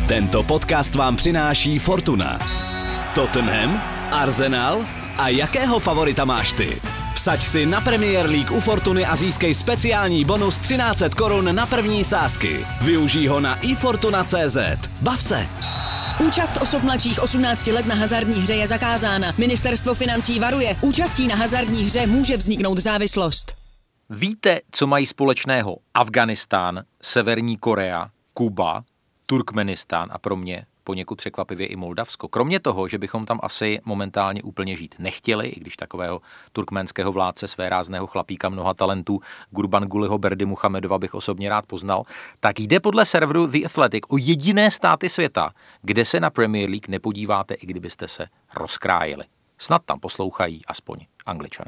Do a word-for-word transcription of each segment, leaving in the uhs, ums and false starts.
Tento podcast vám přináší Fortuna. Tottenham, Arsenal a jakého favorita máš ty? Vsaď si na Premier League u Fortuny a získej speciální bonus třináct set korun na první sázky. Využij ho na i fortuna tečka cé zet. Bav se! Účast osob mladších osmnácti let na hazardní hře je zakázána. Ministerstvo financí varuje. Účastí na hazardní hře může vzniknout závislost. Víte, co mají společného Afghánistán, Severní Korea, Kuba, Turkmenistán a pro mě poněkud překvapivě i Moldavsko. Kromě toho, že bychom tam asi momentálně úplně žít nechtěli, i když takového turkmenského vládce, svérázného chlapíka mnoha talentů Gurbanguliho Berdimuhamedova bych osobně rád poznal, tak jde podle serveru The Athletic o jediné státy světa, kde se na Premier League nepodíváte, i kdybyste se rozkrájeli. Snad tam poslouchají aspoň Angličana.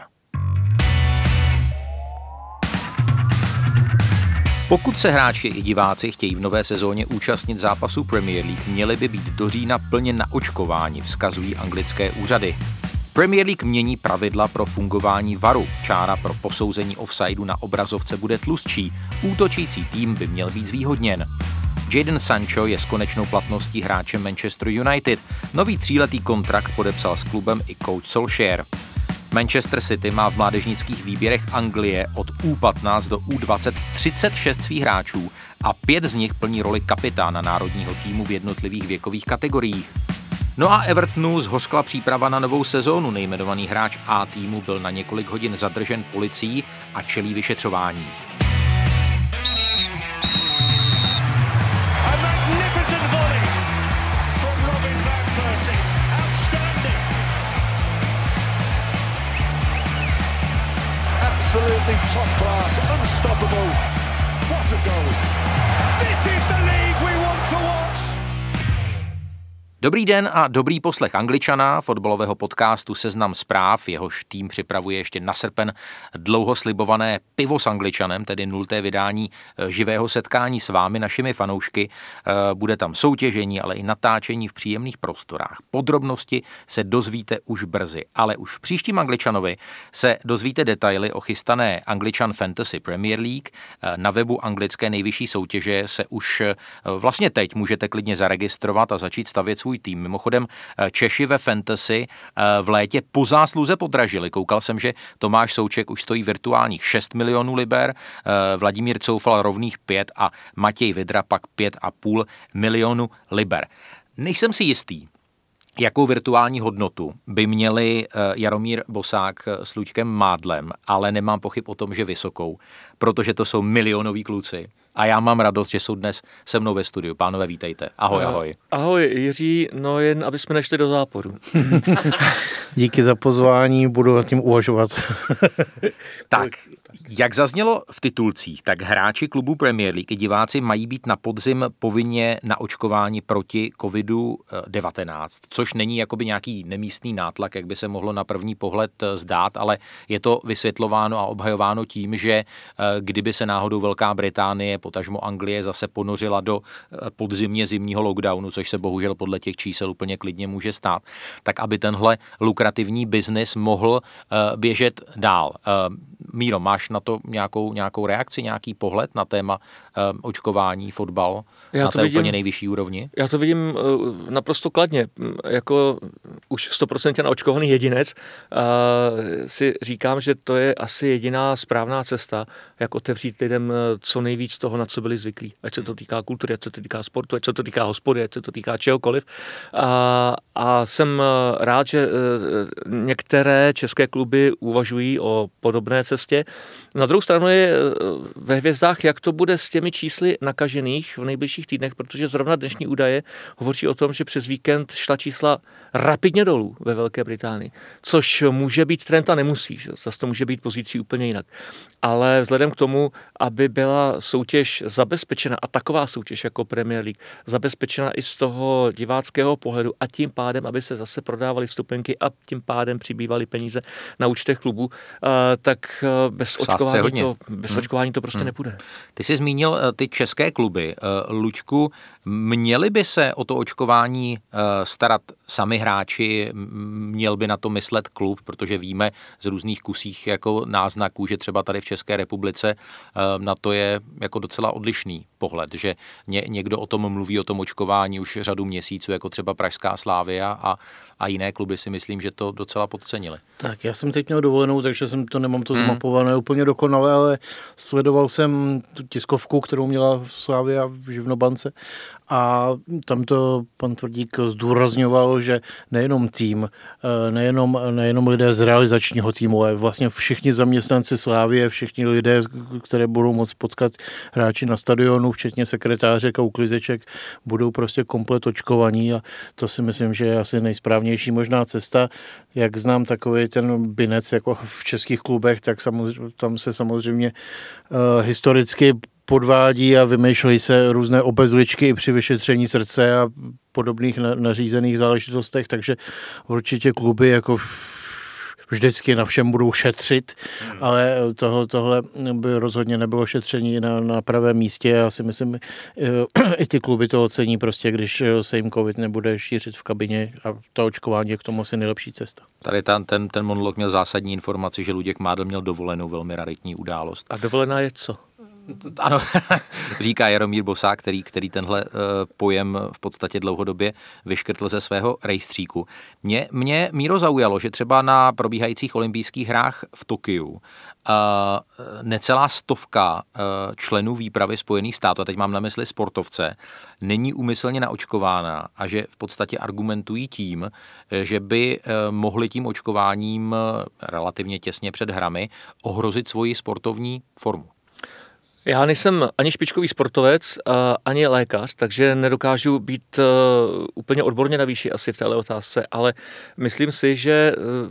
Pokud se hráči i diváci chtějí v nové sezóně účastnit zápasů Premier League, měli by být do října plně naočkováni, vzkazují anglické úřady. Premier League mění pravidla pro fungování varu. Čára pro posouzení offsideu na obrazovce bude tlustší. Útočící tým by měl být zvýhodněn. Jadon Sancho je s konečnou platností hráčem Manchester United. Nový tříletý kontrakt podepsal s klubem i coach Solskjaer. Manchester City má v mládežnických výběrech Anglie od U patnáct do U dvacet třicet šest svých hráčů a pět z nich plní roli kapitána národního týmu v jednotlivých věkových kategoriích. No a Evertonu zhořkla příprava na novou sezónu. Nejmenovaný hráč A týmu byl na několik hodin zadržen policií a čelí vyšetřování. Absolutely top class, unstoppable. What a goal. This is the league we want to watch. Dobrý den a dobrý poslech Angličana, fotbalového podcastu Seznam zpráv, jehož tým připravuje ještě na srpen dlouho slibované pivo s Angličanem, tedy nulté vydání živého setkání s vámi, našimi fanoušky. Bude tam soutěžení, ale i natáčení v příjemných prostorách. Podrobnosti se dozvíte už brzy, ale už v příštím Angličanovi se dozvíte detaily o chystané Angličan Fantasy Premier League. Na webu anglické nejvyšší soutěže se už vlastně teď můžete klidně zaregistrovat a začít stavět svůj tým. Mimochodem Češi ve fantasy v létě po zásluze podražili. Koukal jsem, že Tomáš Souček už stojí virtuálních šest milionů liber, Vladimír Coufal rovných pět a Matěj Vidra pak pět a půl milionu liber. Nejsem si jistý, jakou virtuální hodnotu by měli Jaromír Bosák s Luďkem Mádlem, ale nemám pochyb o tom, že vysokou, protože to jsou milionoví kluci. A já mám radost, že jsou dnes se mnou ve studiu. Pánové, vítejte. Ahoj, ahoj. Ahoj, Jiří, no jen, aby jsme nešli do záporu. Díky za pozvání, budu nad tím uvažovat. Tak, jak zaznělo v titulcích, tak hráči klubu Premier League i diváci mají být na podzim povinně naočkováni proti kovidu devatenáct, což není jakoby nějaký nemístný nátlak, jak by se mohlo na první pohled zdát, ale je to vysvětlováno a obhajováno tím, že kdyby se náhodou Velká Británie, potažmo Anglie zase ponořila do podzimně zimního lockdownu, což se bohužel podle těch čísel úplně klidně může stát, tak aby tenhle lukrativní biznis mohl běžet dál. Míro, máš na to nějakou, nějakou reakci, nějaký pohled na téma um, očkování, fotbal já na té vidím, úplně nejvyšší úrovni? Já to vidím uh, naprosto kladně. Jako už sto procent naočkovaný jedinec uh, si říkám, že to je asi jediná správná cesta, jak otevřít lidem co nejvíc toho, na co byli zvyklí. Ať se to týká kultury, ať se to týká sportu, ať se to týká hospody, ať se to týká čehokoliv. Uh, a jsem rád, že uh, některé české kluby uvažují o podobné cestě. Na druhou stranu je ve hvězdách, jak to bude s těmi čísly nakažených v nejbližších týdnech, protože zrovna dnešní údaje hovoří o tom, že přes víkend šla čísla rapidně dolů ve Velké Británii, což může být trend a nemusí, že? Zase to může být pozítří úplně jinak. Ale vzhledem k tomu, aby byla soutěž zabezpečena a taková soutěž jako Premier League zabezpečena i z toho diváckého pohledu a tím pádem, aby se zase prodávaly vstupenky a tím pádem přibývaly peníze na účtech klubů, tak bez očkování to, bez hmm. očkování to prostě hmm. nepůjde. Ty jsi zmínil ty české kluby. Luďku, měli by se o to očkování starat sami hráči, měl by na to myslet klub, protože víme z různých kusích jako náznaků, že třeba tady v České republice na to je jako docela odlišný pohled, že ně, někdo o tom mluví, o tom očkování už řadu měsíců, jako třeba Pražská Slavia a, a jiné kluby si myslím, že to docela podcenili. Tak já jsem teď měl dovolenou, takže jsem to nemám to hmm. zmapované úplně dokonale, ale sledoval jsem tu tiskovku, kterou měla Slavia v Živnobance a tam to pan Tvrdík zdůrazňoval, že nejenom tým, nejenom, nejenom lidé z realizačního týmu, ale vlastně všichni zaměstnanci Slavie, všichni lidé, které budou moct potkat hráči na stadionu, včetně sekretářek a uklizeček, budou prostě komplet očkovaní a to si myslím, že je asi nejsprávnější možná cesta. Jak znám takový ten binec jako v českých klubech, tak samozřejmě, tam se samozřejmě uh, historicky podvádí a vymýšlejí se různé obezličky i při vyšetření srdce a podobných nařízených záležitostech, takže určitě kluby jako vždycky na všem budou šetřit, hmm. ale toho, tohle by rozhodně nebylo šetření na, na pravém místě. Já si myslím, i ty kluby to ocení prostě, když se jim covid nebude šířit v kabině a to očkování je k tomu asi nejlepší cesta. Tady ten, ten, ten monolog měl zásadní informaci, že Luděk Mádl měl dovolenou, velmi raritní událost. A dovolená je co? Ano, říká Jaromír Bosák, který, který tenhle uh, pojem v podstatě dlouhodobě vyškrtl ze svého rejstříku. Mě, mě Míro zaujalo, že třeba na probíhajících olympijských hrách v Tokiu uh, necelá stovka uh, členů výpravy Spojených států, a teď mám na mysli sportovce, není úmyslně naočkována a že v podstatě argumentují tím, že by uh, mohli tím očkováním uh, relativně těsně před hrami ohrozit svoji sportovní formu. Já nejsem ani špičkový sportovec, ani lékař, takže nedokážu být úplně odborně na výši asi v téhle otázce, ale myslím si, že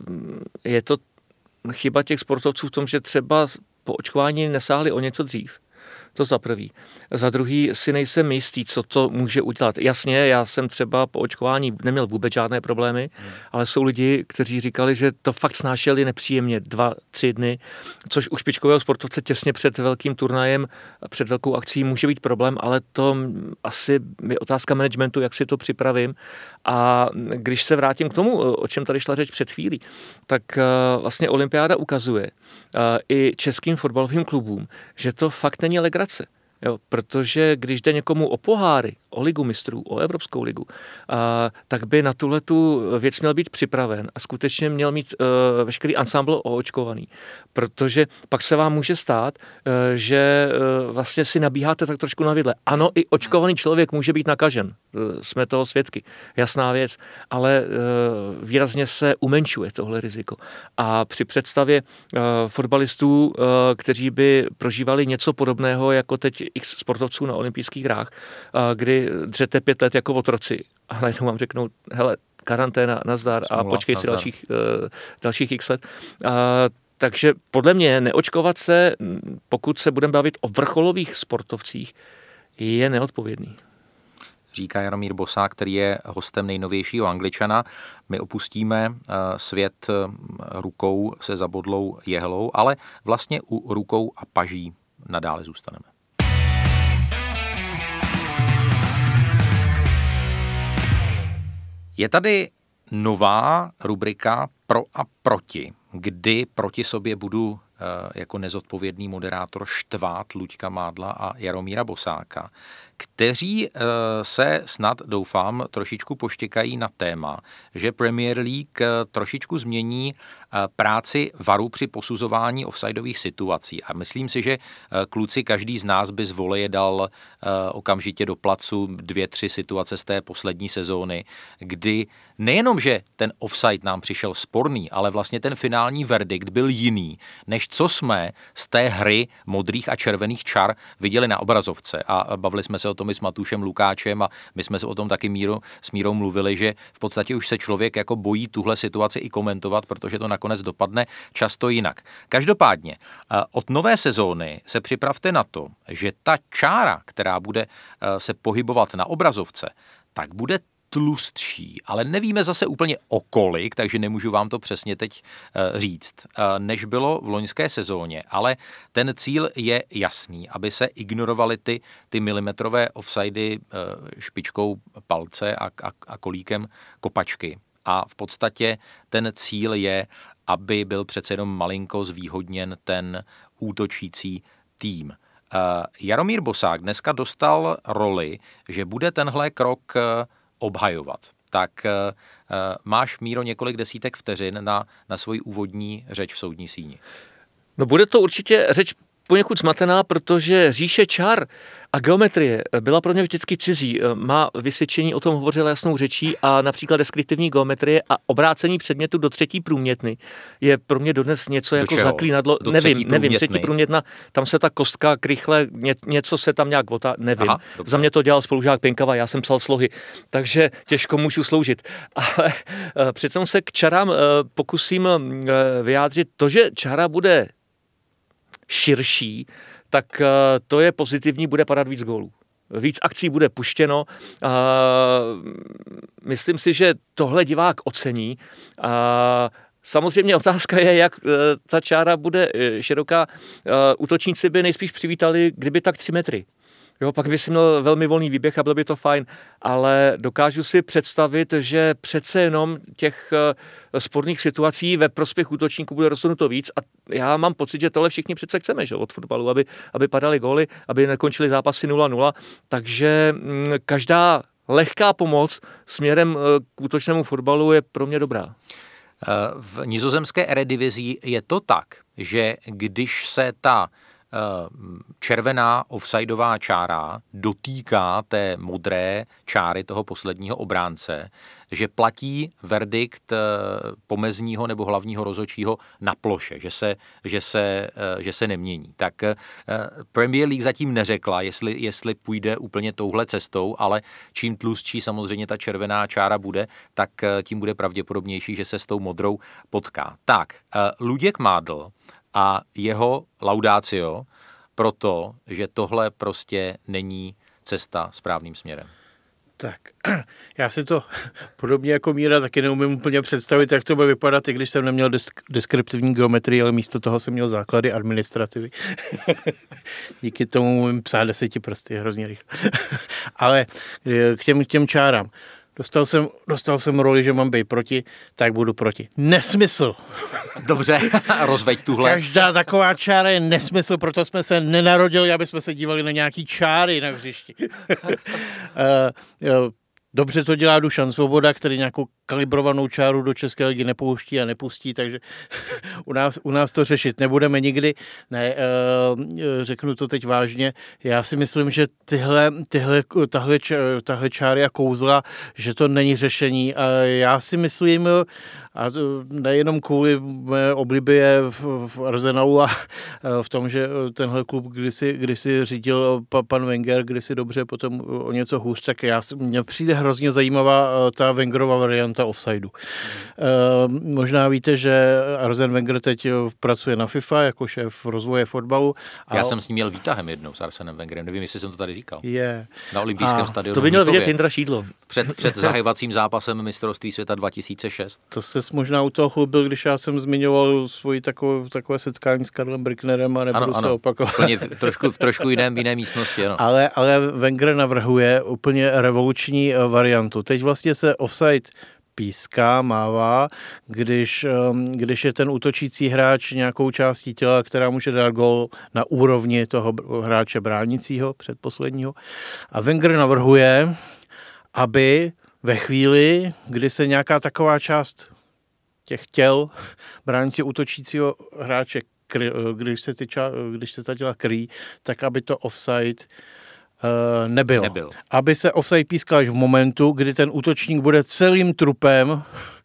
je to chyba těch sportovců v tom, že třeba po očkování nesáhli o něco dřív. To za prvý. Za druhý si nejsem jistý, co to může udělat. Jasně, já jsem třeba po očkování neměl vůbec žádné problémy, hmm. ale jsou lidi, kteří říkali, že to fakt snášeli nepříjemně dva, tři dny, což u špičkového sportovce těsně před velkým turnajem, před velkou akcí může být problém, ale to asi je otázka managementu, jak si to připravím. A když se vrátím k tomu, o čem tady šla řeč před chvílí, tak vlastně olympiáda ukazuje i českým fotbalovým klubům, že to fakt není legrace. Jo, protože když jde někomu o poháry, o ligu mistrů, o Evropskou ligu, a, tak by na tuhletu věc měl být připraven a skutečně měl mít uh, veškerý ansámbl oočkovaný. Protože pak se vám může stát, uh, že uh, vlastně si nabíháte tak trošku na vidle. Ano, i očkovaný člověk může být nakažen. Uh, jsme toho svědky. Jasná věc. Ale uh, výrazně se umenšuje tohle riziko. A při představě uh, fotbalistů, uh, kteří by prožívali něco podobného, jako teď x sportovců na olympijských hrách, uh, kdy dřete pět let jako otroci a najednou vám řeknou, hele, karanténa, nazdar a Smula, počkej nazdar. si dalších, uh, dalších x let. Uh, takže podle mě neočkovat se, pokud se budeme bavit o vrcholových sportovcích, je neodpovědný. Říká Jaromír Bosák, který je hostem nejnovějšího Angličana. My opustíme uh, svět uh, rukou se zabodlou jehlou, ale vlastně u rukou a paží nadále zůstaneme. Je tady nová rubrika Pro a proti, kdy proti sobě budu e, jako nezodpovědný moderátor štvát Luďka Mádla a Jaromíra Bosáka, kteří e, se snad, doufám, trošičku poštěkají na téma, že Premier League e, trošičku změní e, práci varu při posuzování offsideových situací. A myslím si, že e, kluci, každý z nás by z voleje dal e, okamžitě do placu dvě, tři situace z té poslední sezóny, kdy nejenom, že ten offside nám přišel sporný, ale vlastně ten finální verdikt byl jiný, než co jsme z té hry modrých a červených čar viděli na obrazovce. A bavili jsme se o tom i s Matušem Lukáčem a my jsme se o tom taky Míro, s Mírou mluvili, že v podstatě už se člověk jako bojí tuhle situaci i komentovat, protože to nakonec dopadne často jinak. Každopádně od nové sezóny se připravte na to, že ta čára, která bude se pohybovat na obrazovce, tak bude tlustší, ale nevíme zase úplně o kolik, takže nemůžu vám to přesně teď uh, říct, uh, než bylo v loňské sezóně, ale ten cíl je jasný, aby se ignorovaly ty, ty milimetrové offsidy uh, špičkou palce a, a, a kolíkem kopačky. A v podstatě ten cíl je, aby byl přece jenom malinko zvýhodněn ten útočící tým. Jaromír Bosák dneska dostal roli, že bude tenhle krok obhajovat. Tak máš, Míro, několik desítek vteřin na, na svoji úvodní řeč v soudní síni. No bude to určitě řeč poněkud zmatená, protože říše čar a geometrie byla pro mě vždycky cizí. Má vysvědčení o tom hovořila jasnou řečí a například deskriptivní geometrie a obrácení předmětu do třetí průmětny je pro mě dodnes něco do jako čeho? Zaklínadlo. Do nevím, třetí nevím, třetí průmětna, tam se ta kostka krychle, ně, něco se tam nějak votá, nevím. Aha, za mě to dělal spolužák Pěnkava, já jsem psal slohy, takže těžko můžu sloužit. Ale přitom se k čarám pokusím vyjádřit to, že čara bude širší, tak to je pozitivní, bude padat víc gólů. Víc akcí bude puštěno. Myslím si, že tohle divák ocení. Samozřejmě otázka je, jak ta čára bude široká. Útočníci by nejspíš přivítali, kdyby tak tři metry. Jo, pak by si měl velmi volný výběh a bylo by to fajn, ale dokážu si představit, že přece jenom těch sporných situací ve prospěch útočníků bude rozhodnuto víc a já mám pocit, že tohle všichni přece chceme, že od fotbalu, aby, aby padaly góly, aby nekončily zápasy nula nula, takže každá lehká pomoc směrem k útočnému fotbalu je pro mě dobrá. V nizozemské eredivizi je to tak, že když se ta červená offsideová čára dotýká té modré čáry toho posledního obránce, že platí verdikt pomezního nebo hlavního rozhodčího na ploše, že se, že se, že se nemění. Tak Premier League zatím neřekla, jestli, jestli půjde úplně touhle cestou, ale čím tlustší samozřejmě ta červená čára bude, tak tím bude pravděpodobnější, že se s tou modrou potká. Tak, Luděk Mádl a jeho laudácio proto, že tohle prostě není cesta správným směrem. Tak, já si to podobně jako Míra taky neumím úplně představit, jak to bude vypadat, i když jsem neměl desk- deskriptivní geometrii, ale místo toho jsem měl základy administrativy. Díky tomu umím psát deseti prsty hrozně rychle. Ale k těm, k těm čárám. Dostal jsem, dostal jsem roli, že mám být proti, tak budu proti. Nesmysl. Dobře, rozveď tuhle. Každá taková čára je nesmysl, proto jsme se nenarodili, aby jsme se dívali na nějaký čáry na hřišti. Dobře to dělá Dušan Svoboda, který nějakou kalibrovanou čáru do České ligy nepouští a nepustí, takže u nás, u nás to řešit nebudeme nikdy. Ne, řeknu to teď vážně. Já si myslím, že tyhle, tyhle, tahle, tahle čáry a kouzla, že to není řešení. A já si myslím, a nejenom kvůli mé oblibě v, v Arsenalu a v tom, že tenhle klub kdysi, kdysi řídil pan Wenger, kdysi dobře, potom o něco hůř, tak já, mně přijde hrozně zajímavá ta Wengerova varianta offsideu. Hmm. E, možná víte, že Arsene Wenger teď pracuje na FIFA jako šéf rozvoje fotbalu. Já a... jsem s ním měl výtahem jednou s Arsenem Wengerem, nevím, jestli jsem to tady říkal. Je. Na olympijském stadionu. To by měl vidět Jindra Šídlo. Před, před zahajovacím zápasem mistrovství světa dva tisíce šest. To se možná u toho chlubil, když já jsem zmiňoval svoji takové, takové setkání s Karlem Bricknerem a nebudu ano, se ano. opakovat. Úplně v, trošku, v trošku jiném, jiné místnosti. Ano. Ale, ale Wenger navrhuje úplně revoluční variantu. Teď vlastně se offside píská, mává, když, když je ten útočící hráč nějakou částí těla, která může dát gól na úrovni toho hráče bránícího předposledního. A Wenger navrhuje, aby ve chvíli, kdy se nějaká taková část těch těl bránící útočícího hráče, kry, když, se ty ča, když se ta těla kryjí, tak aby to offside uh, nebylo. Nebyl. Aby se offside pískal až v momentu, kdy ten útočník bude celým trupem,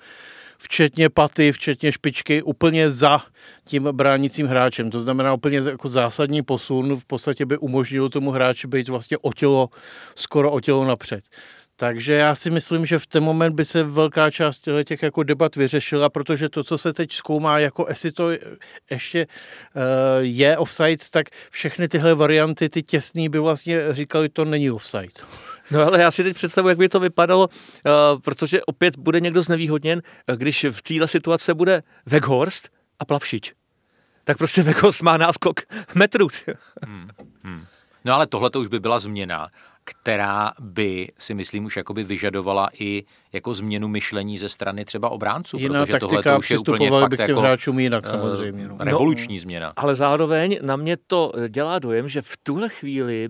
včetně paty, včetně špičky, úplně za tím bránícím hráčem. To znamená úplně jako zásadní posun, v podstatě by umožnil tomu hráči být vlastně o tělo, skoro o tělo napřed. Takže já si myslím, že v ten moment by se velká část těch jako debat vyřešila, protože to, co se teď zkoumá, jako jestli to ještě uh, je offside, tak všechny tyhle varianty, ty těsný, by vlastně říkali, to není offside. No ale já si teď představuji, jak by to vypadalo, uh, protože opět bude někdo znevýhodněn, když v téhle situace bude Weghorst a Plavšič. Tak prostě Weghorst má náskok metrů. hmm, hmm. No ale tohle to už by byla změna, která by, si myslím, už jakoby vyžadovala i jako změnu myšlení ze strany třeba obránců, jiná protože tohle taktika, to už je úplně fakt by k těm jako hráčům jinak, samozřejmě. No. revoluční no, změna. Ale zároveň na mě to dělá dojem, že v tuhle chvíli,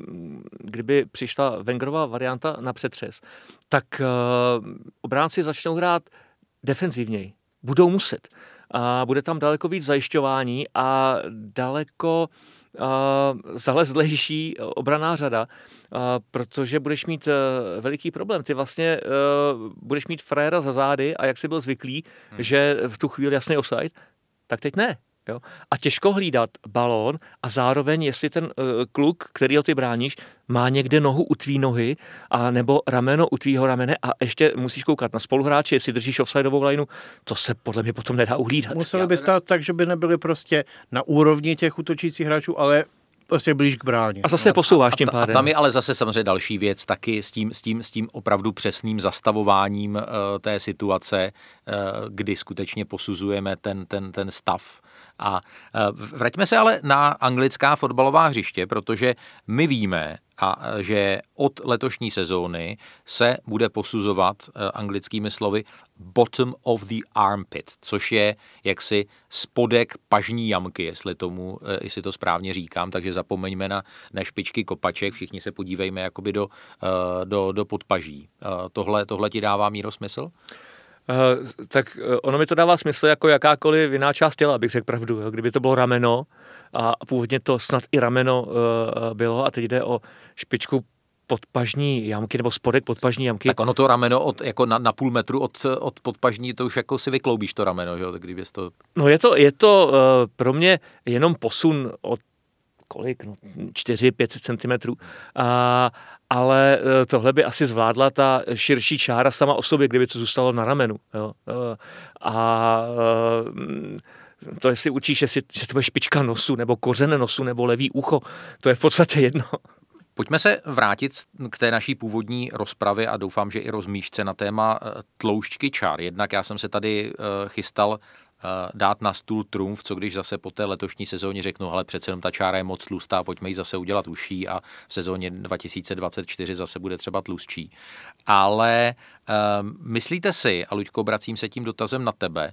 kdyby přišla Wengerova varianta na přetřes, tak uh, obránci začnou hrát defenzivněji. Budou muset. A bude tam daleko víc zajišťování a daleko uh, zalezlejší obranná řada, uh, protože budeš mít uh, veliký problém. Ty vlastně uh, budeš mít fréra za zády a jak jsi byl zvyklý, hmm. že v tu chvíli jasný offside, tak teď ne. Jo? A těžko hlídat balón a zároveň, jestli ten uh, kluk, kterýho ty bráníš, má někde nohu u tvý nohy a nebo rameno u tvýho ramene a ještě musíš koukat na spoluhráče, jestli držíš offsideovou lineu, to se podle mě potom nedá uhlídat. Museli by stát tak, že by nebyli prostě na úrovni těch útočících hráčů, ale prostě blíž k bráně. A zase posouváš tím pádem. A tam je ale zase samozřejmě další věc taky s tím, s tím, s tím opravdu přesným zastavováním uh, té situace, uh, kdy skutečně posuzujeme ten, ten, ten stav. A uh, vraťme se ale na anglická fotbalová hřiště, protože my víme, a že od letošní sezóny se bude posuzovat uh, anglickými slovy bottom of the armpit, což je jaksi spodek pažní jamky, jestli tomu, uh, jestli to správně říkám, takže zapomeňme na, na špičky kopaček, všichni se podívejme jakoby do, uh, do, do podpaží. Uh, tohle, tohle ti dává, Míro, smysl? Uh, tak uh, ono mi to dává smysl jako jakákoliv jiná část těla, abych řekl pravdu. Jo. Kdyby to bylo rameno a původně to snad i rameno uh, bylo a teď jde o špičku podpažní jamky nebo spodek podpažní jamky. Tak ono to rameno od, jako na, na půl metru od, od podpažní, to už jako si vykloubíš to rameno, že jo? Tak kdybys to... No je to, je to uh, pro mě jenom posun od kolik, no, čtyři pět centimetrů. A, ale tohle by asi zvládla ta širší čára sama o sobě, kdyby to zůstalo na ramenu. Jo. A to jestli učíš, jestli, že to bude špička nosu, nebo kořen nosu, nebo levý ucho, to je v podstatě jedno. Pojďme se vrátit k té naší původní rozpravě a doufám, že i rozmíšce na téma tloušťky čár. Jednak já jsem se tady chystal dát na stůl trumf, co když zase po té letošní sezóně řeknu, ale přece jenom ta čára je moc tlustá, pojďme ji zase udělat užší a v sezóně dva tisíce dvacet čtyři zase bude třeba tlustší. Ale um, myslíte si, a Luďko, obracím se tím dotazem na tebe,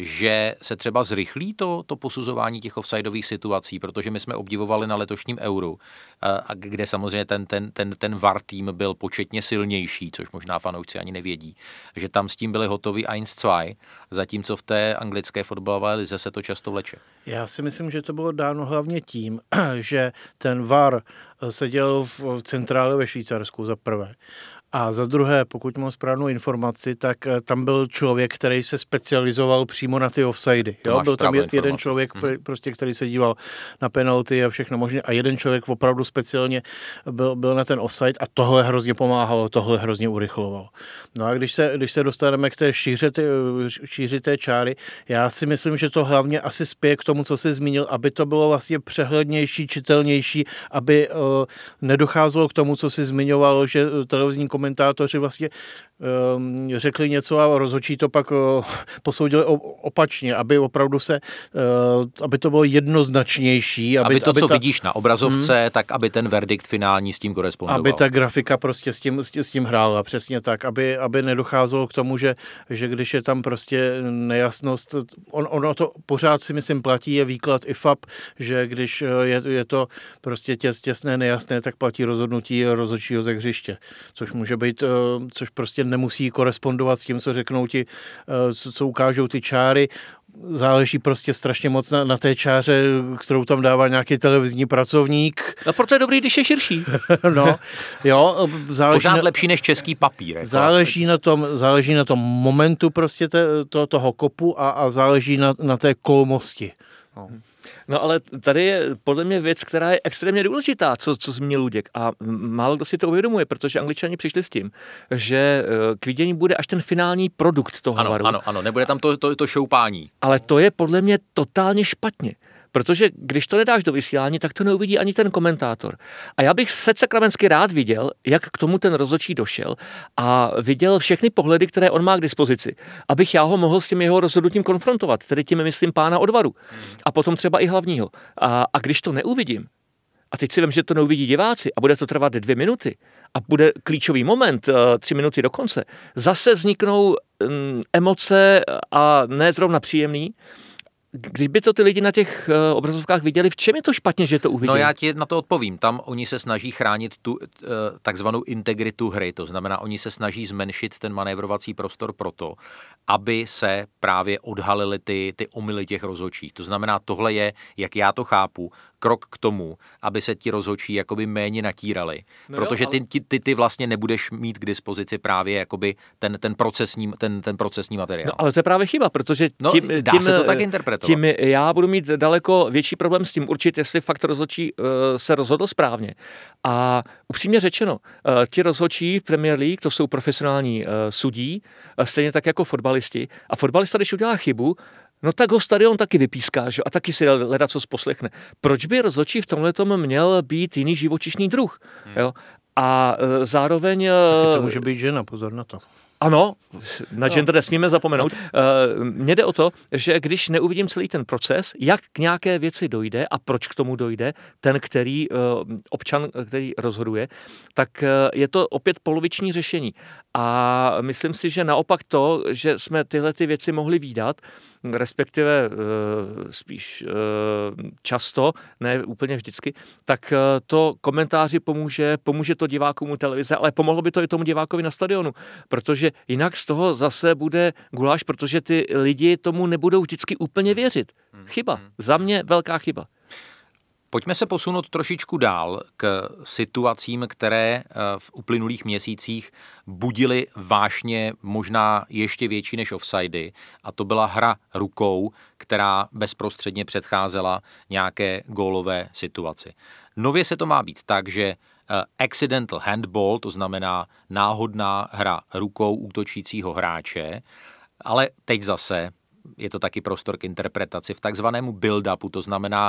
že se třeba zrychlí to, to posuzování těch offsideových situací, protože my jsme obdivovali na letošním Euru, a kde samozřejmě ten, ten, ten, ten V A R tým byl početně silnější, což možná fanoušci ani nevědí, že tam s tím byli hotoví eins dva, zatímco v té anglické fotbalové lize se to často vleče. Já si myslím, že to bylo dáno hlavně tím, že ten V A R seděl v centrále ve Švýcarsku za prvé. A za druhé, pokud mám správnou informaci, tak tam byl člověk, který se specializoval přímo na ty offsidy. Jo? Byl tam jeden informaci. člověk, hmm. prostě, který se díval na penalty a všechno možné. A jeden člověk opravdu speciálně byl, byl na ten offside a tohle hrozně pomáhalo, tohle hrozně urychlovalo. No a když se, když se dostaneme k té šíře, ty, šíři té čáry, já si myslím, že to hlavně asi spěje k tomu, co jsi zmínil, aby to bylo vlastně přehlednější, čitelnější, aby uh, nedocházelo k tomu, co jsi zmiňoval, že televizní komentátoři vlastně um, řekli něco a rozhodčí to pak uh, posoudili opačně, aby opravdu se, uh, aby to bylo jednoznačnější. Aby, aby to, aby co ta, vidíš na obrazovce, hmm, tak aby ten verdikt finální s tím korespondoval. Aby ta grafika prostě s tím, s tím hrála, přesně tak, aby, aby nedocházelo k tomu, že, že když je tam prostě nejasnost, on, ono to pořád si myslím platí, je výklad I F A P, že když je, je to prostě těs, těsné, nejasné, tak platí rozhodnutí rozhodčího ze hřiště, což může být, což prostě nemusí korespondovat s tím, co řeknou ti, co, co ukážou ty čáry. Záleží prostě strašně moc na, na té čáře, kterou tam dává nějaký televizní pracovník. A proto je dobrý, když je širší. No, jo. Záleží Pořád na, lepší než český papír. Jako. Záleží na tom, záleží na tom momentu prostě te, to, toho kopu a, a záleží na, na té kolmosti. No. No ale tady je podle mě věc, která je extrémně důležitá, co, co zmínil Luděk. A málo kdo si to uvědomuje, protože Angličani přišli s tím, že k vidění bude až ten finální produkt toho ano, V A R u. Ano, ano, nebude tam to, to, to šoupání. Ale to je podle mě totálně špatně. Protože když to nedáš do vysílání, tak to neuvidí ani ten komentátor. A já bych se sakramensky rád viděl, jak k tomu ten rozhodčí došel a viděl všechny pohledy, které on má k dispozici, abych já ho mohl s tím jeho rozhodnutím konfrontovat, tedy tím myslím pána odvaru a potom třeba i hlavního. A, a když to neuvidím, a teď si vím, že to neuvidí diváci a bude to trvat dvě minuty a bude klíčový moment, tři minuty do konce, zase vzniknou um, emoce a ne zrovna příjemný. Kdyby to ty lidi na těch uh, obrazovkách viděli, v čem je to špatně, že to uvidí? No já ti na to odpovím. Tam oni se snaží chránit tu uh, takzvanou integritu hry, to znamená, oni se snaží zmenšit ten manévrovací prostor proto, aby se právě odhalily ty, ty omyly těch rozhodčích. To znamená, tohle je, jak já to chápu, krok k tomu, aby se ti rozhodčí jakoby méně natírali. No protože jo, ale... ty, ty, ty vlastně nebudeš mít k dispozici právě jakoby ten, ten, procesní, ten, ten procesní materiál. No ale to je právě chyba, protože no, tím, dá tím, se to tak interpretovat. Tím já budu mít daleko větší problém s tím určit, jestli fakt rozhodčí uh, se rozhodl správně. A upřímně řečeno, uh, ti rozhodčí v Premier League, to jsou profesionální uh, sudí, uh, stejně tak jako fotbalisti. A fotbalista, když udělá chybu, no tak ho stadion taky vypíská, že? A taky si leda co poslechne. Proč by rozhodčí v tomhletom měl být jiný živočišný druh? Hmm. Jo? A uh, zároveň... Uh, taky to může být žena, pozor na to. Ano, na gender nesmíme zapomenout. Mně jde o to, že když neuvidím celý ten proces, jak k nějaké věci dojde a proč k tomu dojde ten, který občan, který rozhoduje, tak je to opět poloviční řešení. A myslím si, že naopak to, že jsme tyhle ty věci mohli vídat, respektive spíš často, ne úplně vždycky, tak to komentáři pomůže, pomůže to divákům televize, ale pomohlo by to i tomu divákovi na stadionu, protože jinak z toho zase bude guláš, protože ty lidi tomu nebudou vždycky úplně věřit. Chyba. Za mě velká chyba. Pojďme se posunout trošičku dál k situacím, které v uplynulých měsících budily vášně možná ještě větší než offsidy, a to byla hra rukou, která bezprostředně předcházela nějaké gólové situaci. Nově se to má být tak, že accidental handball, to znamená náhodná hra rukou útočícího hráče, ale teď zase je to taky prostor k interpretaci v takzvanému build-upu, to znamená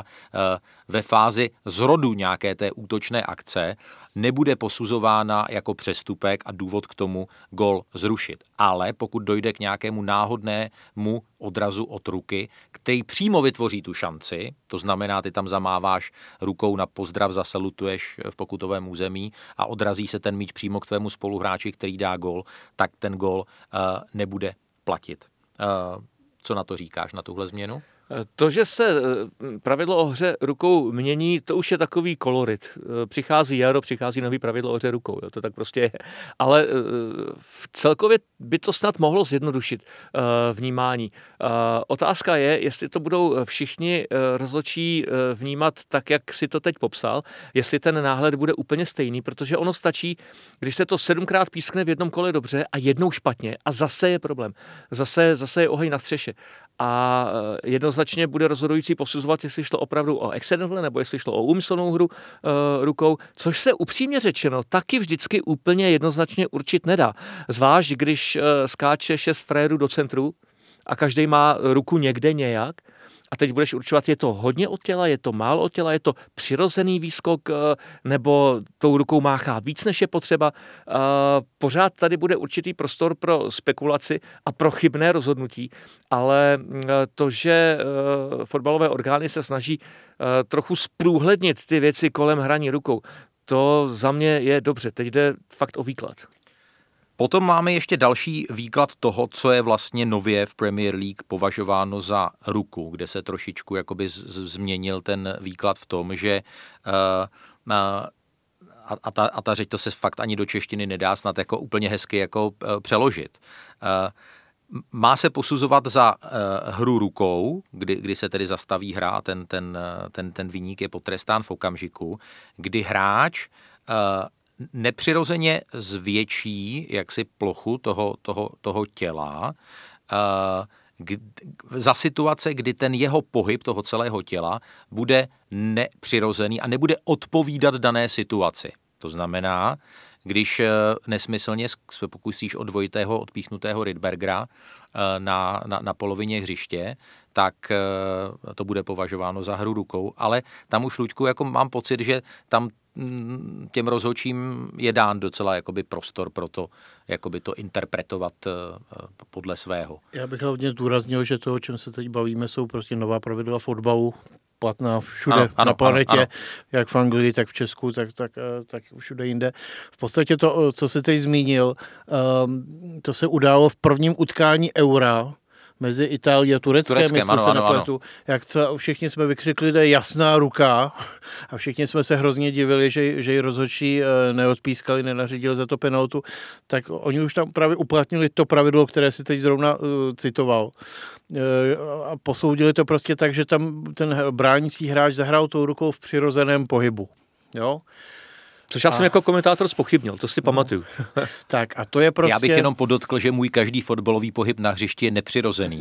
ve fázi zrodu nějaké té útočné akce nebude posuzována jako přestupek a důvod k tomu gól zrušit. Ale pokud dojde k nějakému náhodnému odrazu od ruky, který přímo vytvoří tu šanci, to znamená, ty tam zamáváš rukou na pozdrav, zasalutuješ v pokutovém území a odrazí se ten míč přímo k tvému spoluhráči, který dá gól, tak ten gól uh, nebude platit. Uh, Co na to říkáš, na tuhle změnu? To, že se pravidlo o hře rukou mění, to už je takový kolorit. Přichází jaro, přichází nový pravidlo o hře rukou. Jo, to tak prostě je. Ale v celkově by to snad mohlo zjednodušit vnímání. Otázka je, jestli to budou všichni rozhodčí vnímat tak, jak si to teď popsal, jestli ten náhled bude úplně stejný, protože ono stačí, když se to sedmkrát pískne v jednom kole dobře a jednou špatně a zase je problém. Zase, zase je oheň na střeše. A jednoznačně bude rozhodující posuzovat, jestli šlo opravdu o accidental, nebo jestli šlo o úmyslnou hru e, rukou, což se upřímně řečeno taky vždycky úplně jednoznačně určit nedá. Zvlášť, když e, skáče šest frérů do centru a každý má ruku někde nějak, a teď budeš určovat, je to hodně od těla, je to málo od těla, je to přirozený výskok, nebo tou rukou máchá víc, než je potřeba. Pořád tady bude určitý prostor pro spekulaci a pro chybné rozhodnutí, ale to, že fotbalové orgány se snaží trochu zprůhlednit ty věci kolem hraní rukou, to za mě je dobře. Teď jde fakt o výklad. Potom máme ještě další výklad toho, co je vlastně nově v Premier League považováno za ruku, kde se trošičku jakoby z- změnil ten výklad v tom, že uh, uh, a, a, ta, a ta řeč to se fakt ani do češtiny nedá snad jako úplně hezky jako uh, přeložit. Uh, má se posuzovat za uh, hru rukou, kdy, kdy se tedy zastaví hra a ten, ten, ten, ten viník je potrestán v okamžiku, kdy hráč uh, nepřirozeně zvětší jaksi plochu toho, toho, toho těla uh, k, za situace, kdy ten jeho pohyb toho celého těla bude nepřirozený a nebude odpovídat dané situaci. To znamená, když uh, nesmyslně se pokusíš o dvojitého odpíchnutého Rydbergera uh, na, na, na polovině hřiště, tak uh, to bude považováno za hru rukou. Ale tam už, Luďku, jako mám pocit, že tam těm rozhodčím je dán docela jakoby prostor pro to, jakoby to interpretovat podle svého. Já bych hlavně zdůraznil, že to, o čem se teď bavíme, jsou prostě nová pravidla fotbalu, platná všude ano, ano, na planetě, ano, ano. jak v Anglii, tak v Česku, tak, tak, tak všude jinde. V podstatě to, co jsi teď zmínil, to se událo v prvním utkání Eura mezi Itálií a Tureckem, Tureckém, jestli ano, se ano, nepletu. ano. Jak co, všichni jsme vykřikli, to je jasná ruka a všichni jsme se hrozně divili, že, že ji rozhodčí neodpískali, nenařídili za to penaltu, tak oni už tam právě uplatnili to pravidlo, které si teď zrovna uh, citoval. Uh, a posoudili to prostě tak, že tam ten bránící hráč zahrál tou rukou v přirozeném pohybu. Jo? Což já jsem a... jako komentátor zpochybnil, to si pamatuju. Tak a to je prostě... Já bych jenom podotkl, že můj každý fotbalový pohyb na hřišti je nepřirozený.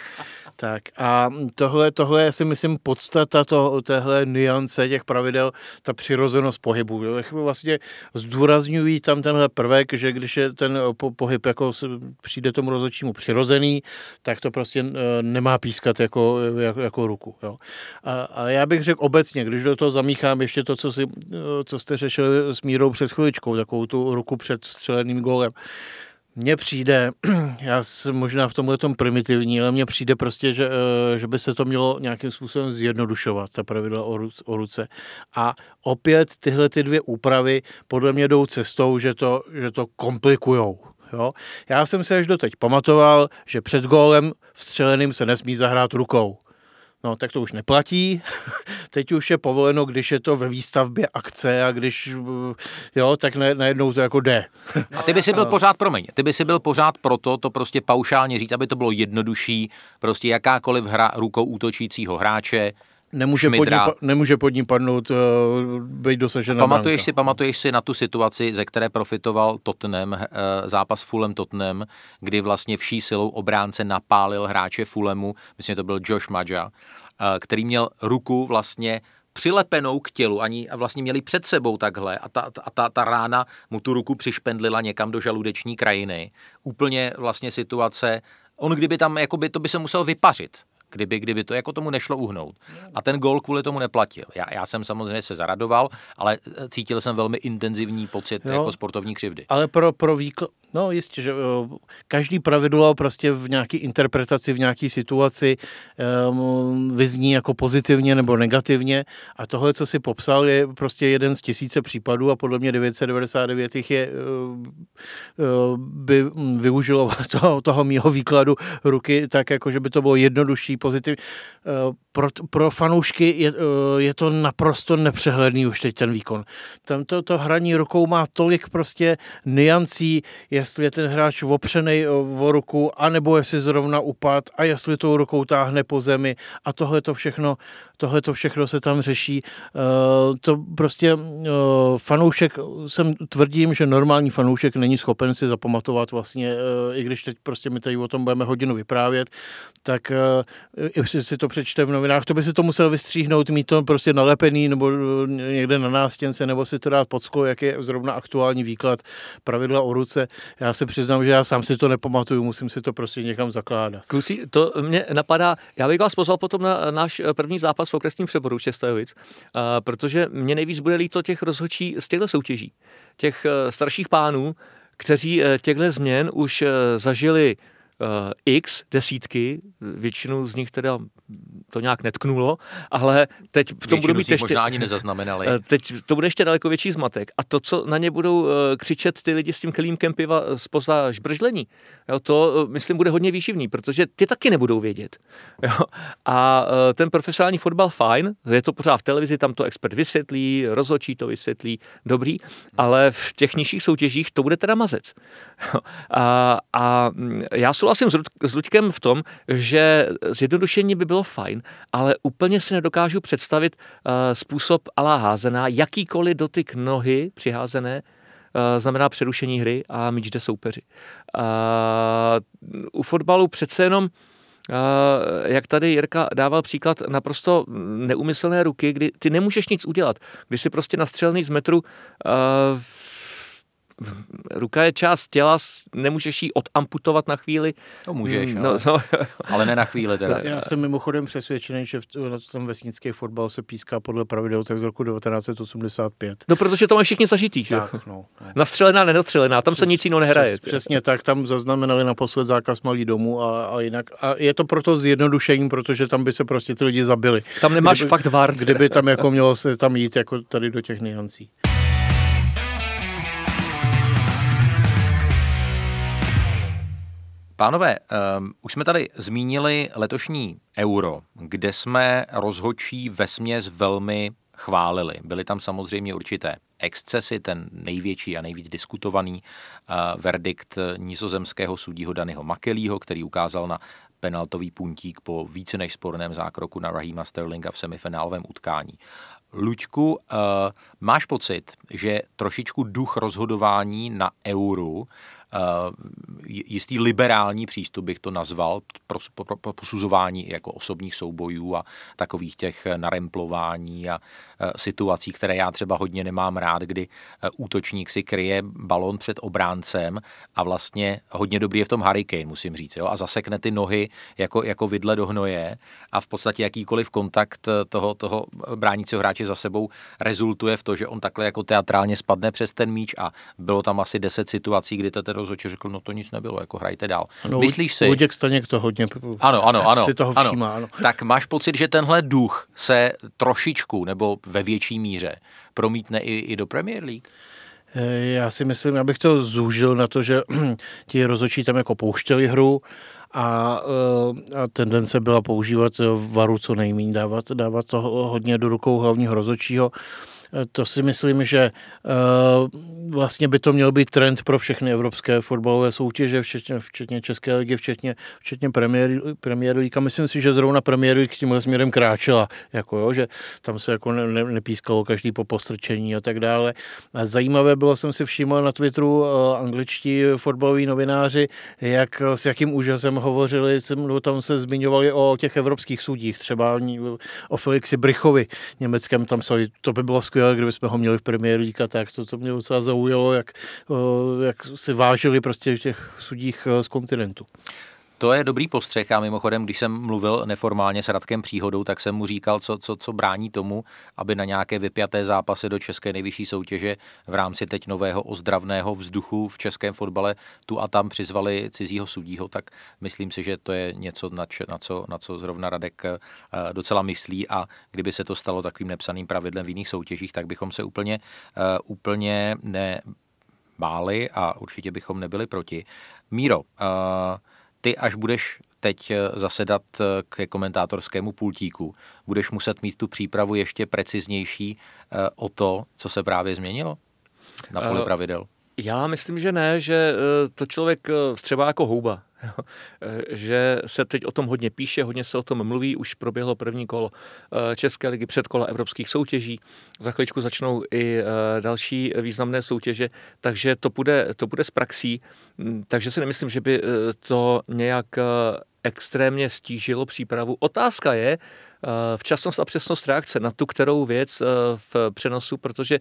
Tak a tohle, tohle je si myslím podstata toho, téhle nuance těch pravidel, ta přirozenost pohybu. Vlastně zdůrazňují tam tenhle prvek, že když je ten pohyb jako přijde tomu rozhodčímu přirozený, tak to prostě nemá pískat jako, jako, jako ruku. Jo. A, a já bych řekl obecně, když do toho zamíchám ještě to, co, si, co jste řešili s Mírou před chviličkou, takovou tu ruku před střeleným gólem. Mně přijde, já jsem možná v tomhle tom primitivní, ale mně přijde prostě, že, že by se to mělo nějakým způsobem zjednodušovat, ta pravidla o, ruce, o ruce. A opět tyhle ty dvě úpravy podle mě jdou cestou, že to, že to komplikujou. Jo? Já jsem se až doteď pamatoval, že před gólem vstřeleným se nesmí zahrát rukou. No, tak to už neplatí. Teď už je povoleno, když je to ve výstavbě akce a když, jo, tak najednou to jako jde. A ty by si byl pořád, promiň, ty by si byl pořád proto to prostě paušálně říct, aby to bylo jednodušší, prostě jakákoliv hra rukou útočícího hráče, Nemůže pod, ní, nemůže pod ní padnout, uh, být dosažena pamatuješ branka. si, pamatuješ si na tu situaci, ze které profitoval Tottenham, uh, zápas Fulham Tottenham, kdy vlastně vší silou obránce napálil hráče Fulhamu, myslím, že to byl Josh Maja, uh, který měl ruku vlastně přilepenou k tělu, ani vlastně měli před sebou takhle a ta, ta, ta, ta rána mu tu ruku přišpendlila někam do žaludeční krajiny. Úplně vlastně situace, on kdyby tam, jakoby, to by se musel vypařit. Kdyby, kdyby to jako tomu nešlo uhnout. A ten gól kvůli tomu neplatil. Já, já jsem samozřejmě se zaradoval, ale cítil jsem velmi intenzivní pocit jo, jako sportovní křivdy. Ale pro, pro výkl... No jistě, že uh, každý pravidlo prostě v nějaké interpretaci, v nějaké situaci um, vyzní jako pozitivně nebo negativně a tohle, co si popsal, je prostě jeden z tisíce případů a podle mě devět set devadesát devět jich je, uh, uh, by využilo toho, toho mýho výkladu ruky tak, jako že by to bylo jednodušší, pozitivní. Uh, pro, pro fanoušky je, uh, je to naprosto nepřehledný už teď ten výkon. Tam to, to hraní rukou má tolik prostě nuancí, jestli je ten hráč opřenej o ruku, anebo jestli zrovna upad a jestli tou rukou táhne po zemi a tohle to všechno, tohle to všechno se tam řeší. Uh, to prostě uh, fanoušek, jsem tvrdím, že normální fanoušek není schopen si zapamatovat vlastně, uh, i když teď prostě my tady o tom budeme hodinu vyprávět, tak uh, jestli si to přečte v novinách, to by si to musel vystříhnout, mít to prostě nalepený nebo někde na nástěnce, nebo si to dát pod sklo, jak je zrovna aktuální výklad pravidla o ruce. Já se přiznám, že já sám si to nepamatuju, musím si to prostě někam zakládat. Kluci, to mě napadá, já bych vás pozval potom na náš první zápas v okresním Přeboru Šestajovic, protože mě nejvíc bude líto těch rozhodčí z těchto soutěží, těch starších pánů, kteří těchto změn už zažili x desítky, většinu z nich teda to nějak netknulo, ale teď v tom budou mít ještě... možná ani nezaznamenali. Teď to bude ještě daleko větší zmatek. A to, co na ně budou křičet ty lidi s tím kelímkem piva spoza žbržlení, jo, to, myslím, bude hodně výživný, protože ty taky nebudou vědět. Jo. A ten profesionální fotbal fajn, je to pořád v televizi, tam to expert vysvětlí, rozhodčí to vysvětlí, dobrý, ale v těch nižších soutěžích to bude teda mazec. Jo. A, a já souhlasím s Luďkem v tom, že zjednodušení by bylo fajn, ale úplně si nedokážu představit uh, způsob a la házená, jakýkoliv dotyk nohy přiházené uh, znamená přerušení hry a míč jde soupeři. Uh, u fotbalu přece jenom, uh, jak tady Jirka dával příklad, naprosto neumyslné ruky, kdy ty nemůžeš nic udělat. Když si prostě nastřelený z metru uh, ruka je část těla, nemůžeš ji odamputovat na chvíli. To můžeš, no, ale, no. ale ne na chvíli teda. Já jsem mimochodem přesvědčený, že ten vesnický fotbal se píská podle pravidel tak z roku devatenáct set osmdesát pět. No, protože to mají všichni zažitý, že? Tak, no, no. Nastřelená, nenastřelená, tam Přes, se nic jiného nehraje. Přes, přesně tak, tam zaznamenali naposled zákaz malý domů a, a jinak. A je to proto zjednodušením, protože tam by se prostě ty lidi zabili. Tam nemáš kdyby, fakt vár. Kdyby tam jako mělo se tam jít jako tady do těch niancí. Pánové, um, už jsme tady zmínili letošní Euro, kde jsme rozhodčí vesměs velmi chválili. Byly tam samozřejmě určité excesy, ten největší a nejvíc diskutovaný uh, verdikt nizozemského sudího Dannyho Makelího, který ukázal na penaltový puntík po více než sporném zákroku na Raheema Sterlinga v semifinálovém utkání. Luďku, uh, máš pocit, že trošičku duch rozhodování na Euru, Uh, jistý liberální přístup bych to nazval, pro, pro, pro posuzování jako osobních soubojů a takových těch naremplování a uh, situací, které já třeba hodně nemám rád, kdy uh, útočník si kryje balón před obráncem a vlastně hodně dobrý je v tom Harry Kane, musím říct, jo, a zasekne ty nohy jako, jako vidle do hnoje a v podstatě jakýkoliv kontakt toho, toho bránícího hráče za sebou rezultuje v to, že on takhle jako teatrálně spadne přes ten míč a bylo tam asi deset situací, kdy to rozhodčí řekl, no to nic nebylo, jako hrajte dál. Ano, Myslíš si? Luděk Staněk to hodně ano, ano, ano, si toho všímá. Ano. Ano. Tak máš pocit, že tenhle duch se trošičku nebo ve větší míře promítne i, i do Premier League? Já si myslím, abych to zúžil na to, že ti rozhodčí tam jako pouštěli hru a, a tendence byla používat varu co nejméně, dávat, dávat to hodně do rukou hlavního rozhodčího. To si myslím, že uh, vlastně by to měl být trend pro všechny evropské fotbalové soutěže, včetně, včetně České ligy, včetně, včetně Premier, Premier League. A myslím si, že zrovna Premier League tímhle směrem kráčela, jako jo, že tam se jako ne, ne, nepískalo každý po postrčení a tak dále. A zajímavé bylo, jsem si všiml na Twitteru uh, angličtí fotbaloví novináři, jak s jakým úžasem hovořili, no, tam se zmiňovali o těch evropských sudích, třeba o Felixi Brichovi německém, tam psali, to by bylo skvělé, kdybychom ho měli v Premier League, tak to, to mě docela zaujalo, jak, jak si vážili prostě těch sudích z kontinentu. To je dobrý postřeh a mimochodem, když jsem mluvil neformálně s Radkem Příhodou, tak jsem mu říkal, co, co, co brání tomu, aby na nějaké vypjaté zápasy do české nejvyšší soutěže v rámci teď nového ozdravného vzduchu v českém fotbale tu a tam přizvali cizího sudího, tak myslím si, že to je něco, na, č, na, co, na co zrovna Radek uh, docela myslí a kdyby se to stalo takovým nepsaným pravidlem v jiných soutěžích, tak bychom se úplně, uh, úplně nebáli a určitě bychom nebyli proti. Míro, uh, ty, až budeš teď zasedat k komentátorskému pultíku, budeš muset mít tu přípravu ještě preciznější o to, co se právě změnilo na poli pravidel? Já myslím, že ne, že to člověk vstřebá jako houba. Že se teď o tom hodně píše, hodně se o tom mluví, už proběhlo první kolo České ligy, předkola evropských soutěží, za chvíličku začnou i další významné soutěže, takže to bude, to bude z praxí, takže si nemyslím, že by to nějak extrémně stížilo přípravu. Otázka je včasnost a přesnost reakce na tu kterou věc v přenosu, protože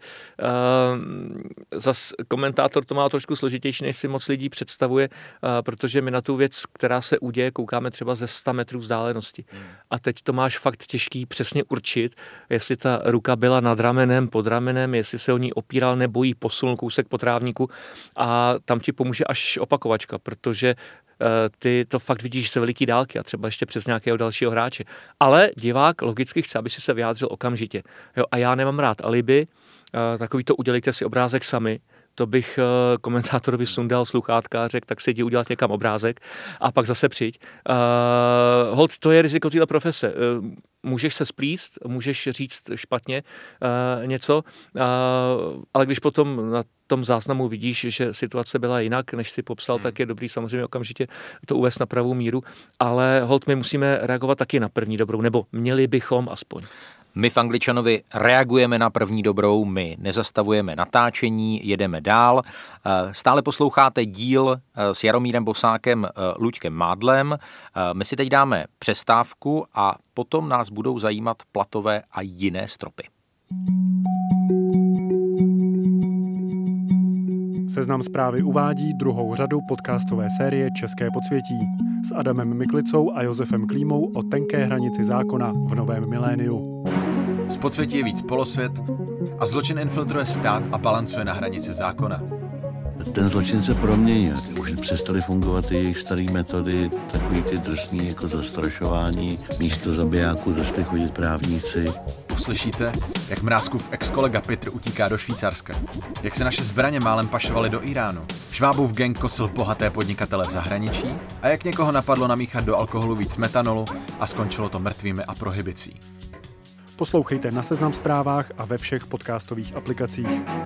zas komentátor to má trošku složitější, než si moc lidí představuje, protože my na tu věc, která se uděje, koukáme třeba ze sta metrů vzdálenosti. Hmm. A teď to máš fakt těžký přesně určit, jestli ta ruka byla nad ramenem, pod ramenem, jestli se o ní opíral nebo jí posunul kousek po trávníku a tam ti pomůže až opakovačka, protože ty to fakt vidíš ze veliký dálky a třeba ještě přes nějakého dalšího hráče. Ale divák logicky chce, aby si se vyjádřil okamžitě. Jo, a já nemám rád alibi, takový to udělejte si obrázek sami, to bych komentátorovi sundal sluchátka a řekl, tak si jdi udělat někam obrázek a pak zase přijď. Uh, hold, to je riziko téhle profese. Uh, můžeš se splíst, můžeš říct špatně uh, něco, uh, ale když potom na tom záznamu vidíš, že situace byla jinak, než si popsal, hmm. tak je dobrý samozřejmě okamžitě to uvést na pravou míru, ale hold, my musíme reagovat taky na první dobrou, nebo měli bychom aspoň. My v Angličanovi reagujeme na první dobrou, my nezastavujeme natáčení, jedeme dál. Stále posloucháte díl s Jaromírem Bosákem, Luďkem Mádlem. My si teď dáme přestávku a potom nás budou zajímat platové a jiné stropy. Seznam Zprávy uvádí druhou řadu podcastové série České podsvětí s Adamem Miklicou a Josefem Klímou o tenké hranici zákona v novém miléniu. Z podsvětí je víc polosvět a zločin infiltruje stát a balancuje na hranici zákona. Ten zločin se proměnil. Už přestaly fungovat ty jejich staré metody, takový ty drsný jako zastrašování. Místo zabijáků začali chodit právníci. Uslyšíte, jak Mrázkův ex-kolega Petr utíká do Švýcarska. Jak se naše zbraně málem pašovaly do Iránu. Švábův gang kosil bohaté podnikatele v zahraničí a jak někoho napadlo namíchat do alkoholu víc metanolu a skončilo to mrtvými a prohibicí. Poslouchejte na Seznam Zprávách a ve všech podcastových aplikacích.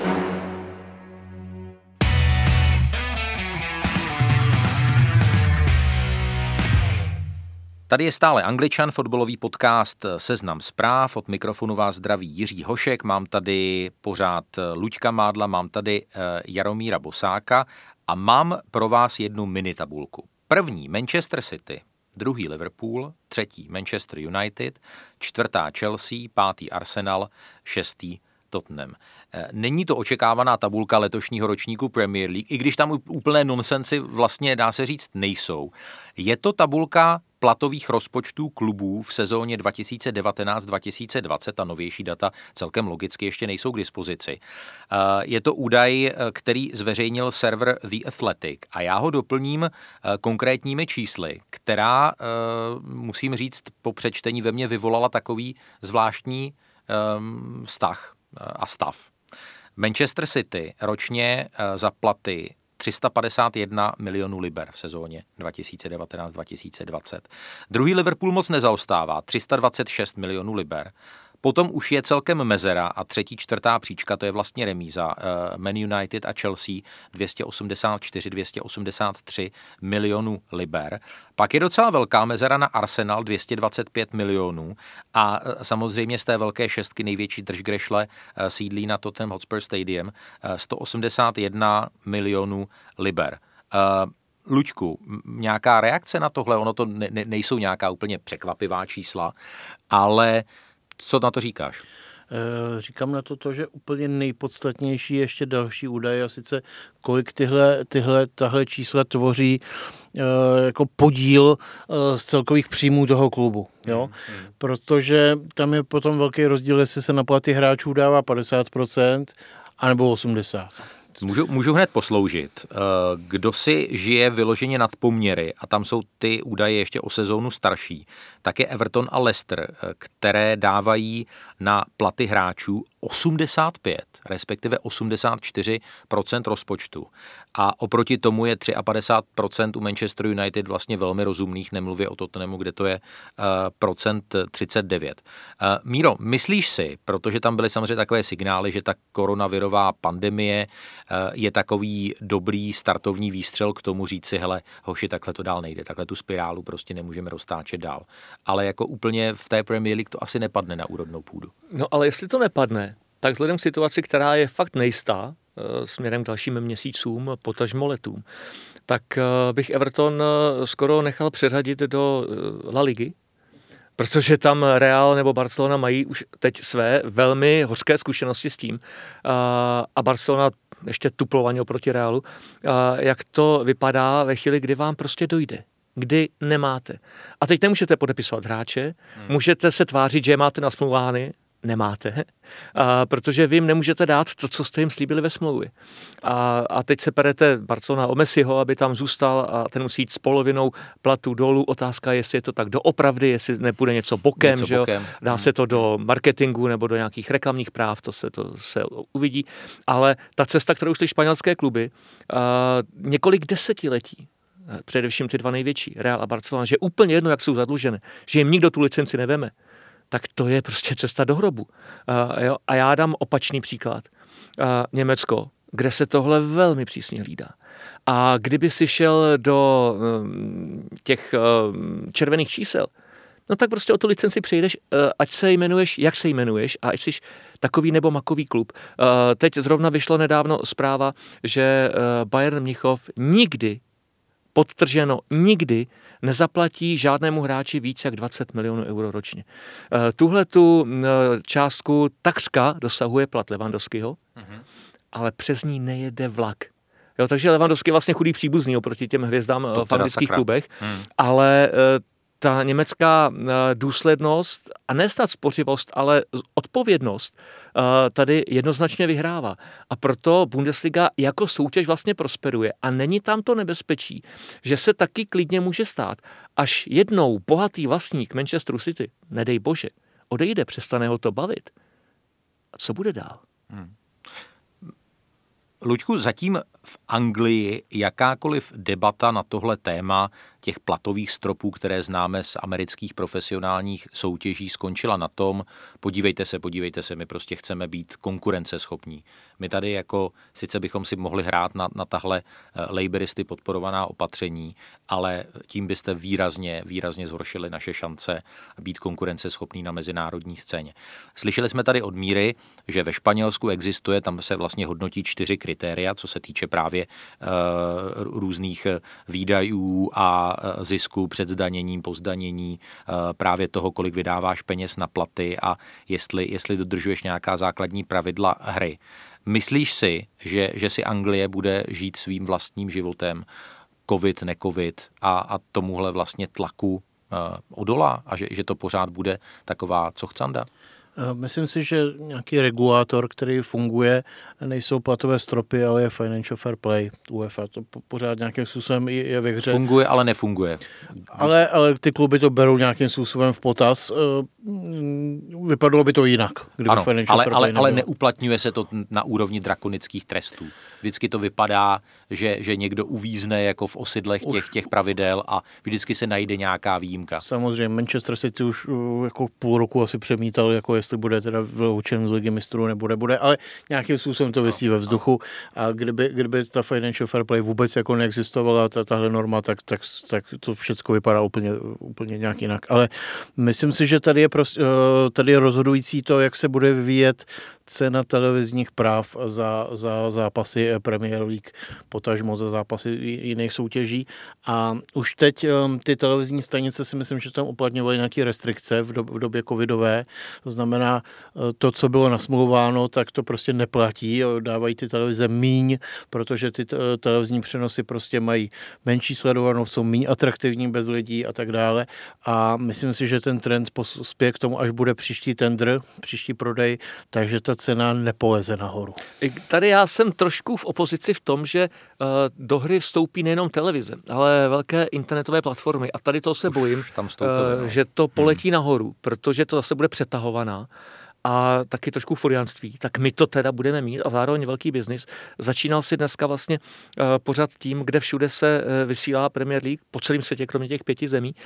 Tady je stále Angličan, fotbalový podcast Seznam Zpráv. Od mikrofonu vás zdraví Jiří Hošek, mám tady pořád Luďka Mádla, mám tady Jaromíra Bosáka a mám pro vás jednu mini tabulku. První Manchester City, druhý Liverpool, třetí Manchester United, čtvrtá Chelsea, pátý Arsenal, šestý Tottenham. Není to očekávaná tabulka letošního ročníku Premier League, i když tam úplné nonsensy vlastně dá se říct nejsou. Je to tabulka platových rozpočtů klubů v sezóně dva tisíce devatenáct dva tisíce dvacet, a novější data celkem logicky ještě nejsou k dispozici. Je to údaj, který zveřejnil server The Athletic a já ho doplním konkrétními čísly, která, musím říct, po přečtení ve mně vyvolala takový zvláštní vztah a stav. Manchester City ročně za platy tři sta padesát jedna milionů liber v sezóně dva tisíce devatenáct dva tisíce dvacet. Druhý Liverpool moc nezaostává, tři sta dvacet šest milionů liber. Potom už je celkem mezera a třetí, čtvrtá příčka, to je vlastně remíza. Man United a Chelsea dvě stě osmdesát čtyři dvě stě osmdesát tři milionů liber. Pak je docela velká mezera na Arsenal dvě stě dvacet pět milionů a samozřejmě z té velké šestky největší držgrešle sídlí na Tottenham Hotspur Stadium sto osmdesát jedna milionů liber. Luďku, nějaká reakce na tohle? Ono to ne, ne, nejsou nějaká úplně překvapivá čísla, ale co na to říkáš? Říkám na to to, že úplně nejpodstatnější je ještě další údaj, a sice kolik tyhle, tyhle tahle čísla tvoří jako podíl z celkových příjmů toho klubu. Jo? Hmm, hmm. Protože tam je potom velký rozdíl, jestli se na platy hráčů dává padesát procent anebo osmdesát procent. Můžu, můžu hned posloužit. Kdo si žije vyloženě nad poměry, a tam jsou ty údaje ještě o sezónu starší, tak je Everton a Leicester, které dávají na platy hráčů osmdesát pět, respektive osmdesát čtyři procent rozpočtu. A oproti tomu je padesát tři procent u Manchester United vlastně velmi rozumných, nemluvě o Tottenhamu, kde to je uh, procent třicet devět. Uh, Míro, myslíš si, protože tam byly samozřejmě takové signály, že ta koronavirová pandemie uh, je takový dobrý startovní výstřel k tomu říci, hele, hoši, takhle to dál nejde, takhle tu spirálu prostě nemůžeme roztáčet dál. Ale jako úplně v té Premier League to asi nepadne na úrodnou půdu. No ale jestli to nepadne, tak vzhledem k situaci, která je fakt nejistá, směrem k dalším měsícům, potažmo letům, tak bych Everton skoro nechal přeřadit do La Ligy, protože tam Real nebo Barcelona mají už teď své velmi hořké zkušenosti s tím a Barcelona ještě tuplovaně oproti Realu, jak to vypadá ve chvíli, kdy vám prostě dojde. Kdy nemáte. A teď nemůžete podepisovat hráče, hmm. můžete se tvářit, že je máte nasmluvány, nemáte, a, protože vy jim nemůžete dát to, co jste jim slíbili ve smlouvě. A, a teď se perete Barcelona o Messiho, aby tam zůstal a ten musí jít s polovinou platu dolů. Otázka je, jestli je to tak doopravdy, jestli nepůjde něco bokem, něco že bokem. Jo? Dá hmm. se to do marketingu nebo do nějakých reklamních práv, to se, to se uvidí. Ale ta cesta, kterou šly španělské kluby, a, několik desetiletí, především ty dva největší, Real a Barcelona, že úplně jedno, jak jsou zadlužené, že jim nikdo tu licenci neveme, tak to je prostě cesta do hrobu. A, jo, a já dám opačný příklad. A Německo, kde se tohle velmi přísně hlídá. A kdyby si šel do um, těch um, červených čísel, no tak prostě o tu licenci přejdeš, uh, ať se jmenuješ, jak se jmenuješ a ať jsi takový nebo makový klub. Uh, teď zrovna vyšlo nedávno zpráva, že uh, Bayern Mnichov nikdy, podtrženo nikdy, nezaplatí žádnému hráči víc jak dvacet milionů euro ročně. Tuhle tu částku takřka dosahuje plat Lewandowskiho, mm-hmm. ale přes ní nejede vlak. Jo, takže Lewandowski je vlastně chudý příbuzný oproti těm hvězdám to v anglických klubech, hmm. ale ta německá důslednost a ne snad spořivost, ale odpovědnost tady jednoznačně vyhrává. A proto Bundesliga jako soutěž vlastně prosperuje. A není tam to nebezpečí, že se taky klidně může stát, až jednou bohatý vlastník Manchesteru City, nedej bože, odejde, přestane ho to bavit. A co bude dál? Hmm. Luďku, zatím v Anglii jakákoliv debata na tohle téma těch platových stropů, které známe z amerických profesionálních soutěží, skončila na tom, podívejte se, podívejte se, my prostě chceme být konkurenceschopní. My tady jako, sice bychom si mohli hrát na, na tahle laboristy podporovaná opatření, ale tím byste výrazně, výrazně zhoršili naše šance být konkurenceschopní na mezinárodní scéně. Slyšeli jsme tady od Míry, že ve Španělsku existuje, tam se vlastně hodnotí čtyři kritéria, co se týče právě uh, různých výdajů a zisku před zdaněním, po zdanění, právě toho, kolik vydáváš peněz na platy a jestli, jestli dodržuješ nějaká základní pravidla hry. Myslíš si, že, že si Anglie bude žít svým vlastním životem, covid, necovid a, a tomuhle vlastně tlaku uh, odolá a že, že to pořád bude taková cochcanda? Myslím si, že nějaký regulátor, který funguje, nejsou platové stropy, ale je financial fair play. UEFA to pořád nějakým způsobem je ve hře. Funguje, ale nefunguje. Ale, ale ty kluby to berou nějakým způsobem v potaz. Vypadalo by to jinak, kdyby ano, financial ale, fair ale, play ale nebylo. neuplatňuje se to na úrovni drakonických trestů. Vždycky to vypadá, že, že někdo uvízne jako v osidlech těch, těch pravidel a vždycky se najde nějaká výjimka. Samozřejmě, Manchester City už jako půl roku asi přemítal, jako jestli bude teda vyloučen z ligy mistrů, nebude, bude, ale nějakým způsobem to visí ve vzduchu a kdyby, kdyby ta financial fair play vůbec jako neexistovala, ta, tahle norma, tak, tak, tak to všechno vypadá úplně, úplně nějak jinak. Ale myslím si, že tady je, prostě, tady je rozhodující to, jak se bude vyvíjet cena televizních práv za, za zápasy Premier League, potažmo za zápasy jiných soutěží. A už teď ty televizní stanice si myslím, že tam uplatňovaly nějaké restrikce v, do, v době covidové. To znamená, to, co bylo nasmluváno, tak to prostě neplatí. Dávají ty televize míň, protože ty televizní přenosy prostě mají menší sledovanou, jsou míň atraktivní bez lidí a tak dále. A myslím si, že ten trend spěje k tomu, až bude příští tender, příští prodej, takže ta cena nepoleze nahoru. Tady já jsem trošku v opozici v tom, že uh, do hry vstoupí nejenom televize, ale velké internetové platformy. A tady to se Už bojím, tam vstoupili, uh, no. že to poletí hmm. nahoru, protože to zase bude přetahovaná a taky trošku furianství. Tak my to teda budeme mít a zároveň velký biznis. Začínal si dneska vlastně uh, pořád tím, kde všude se uh, vysílá Premier League po celém světě, kromě těch pěti zemí.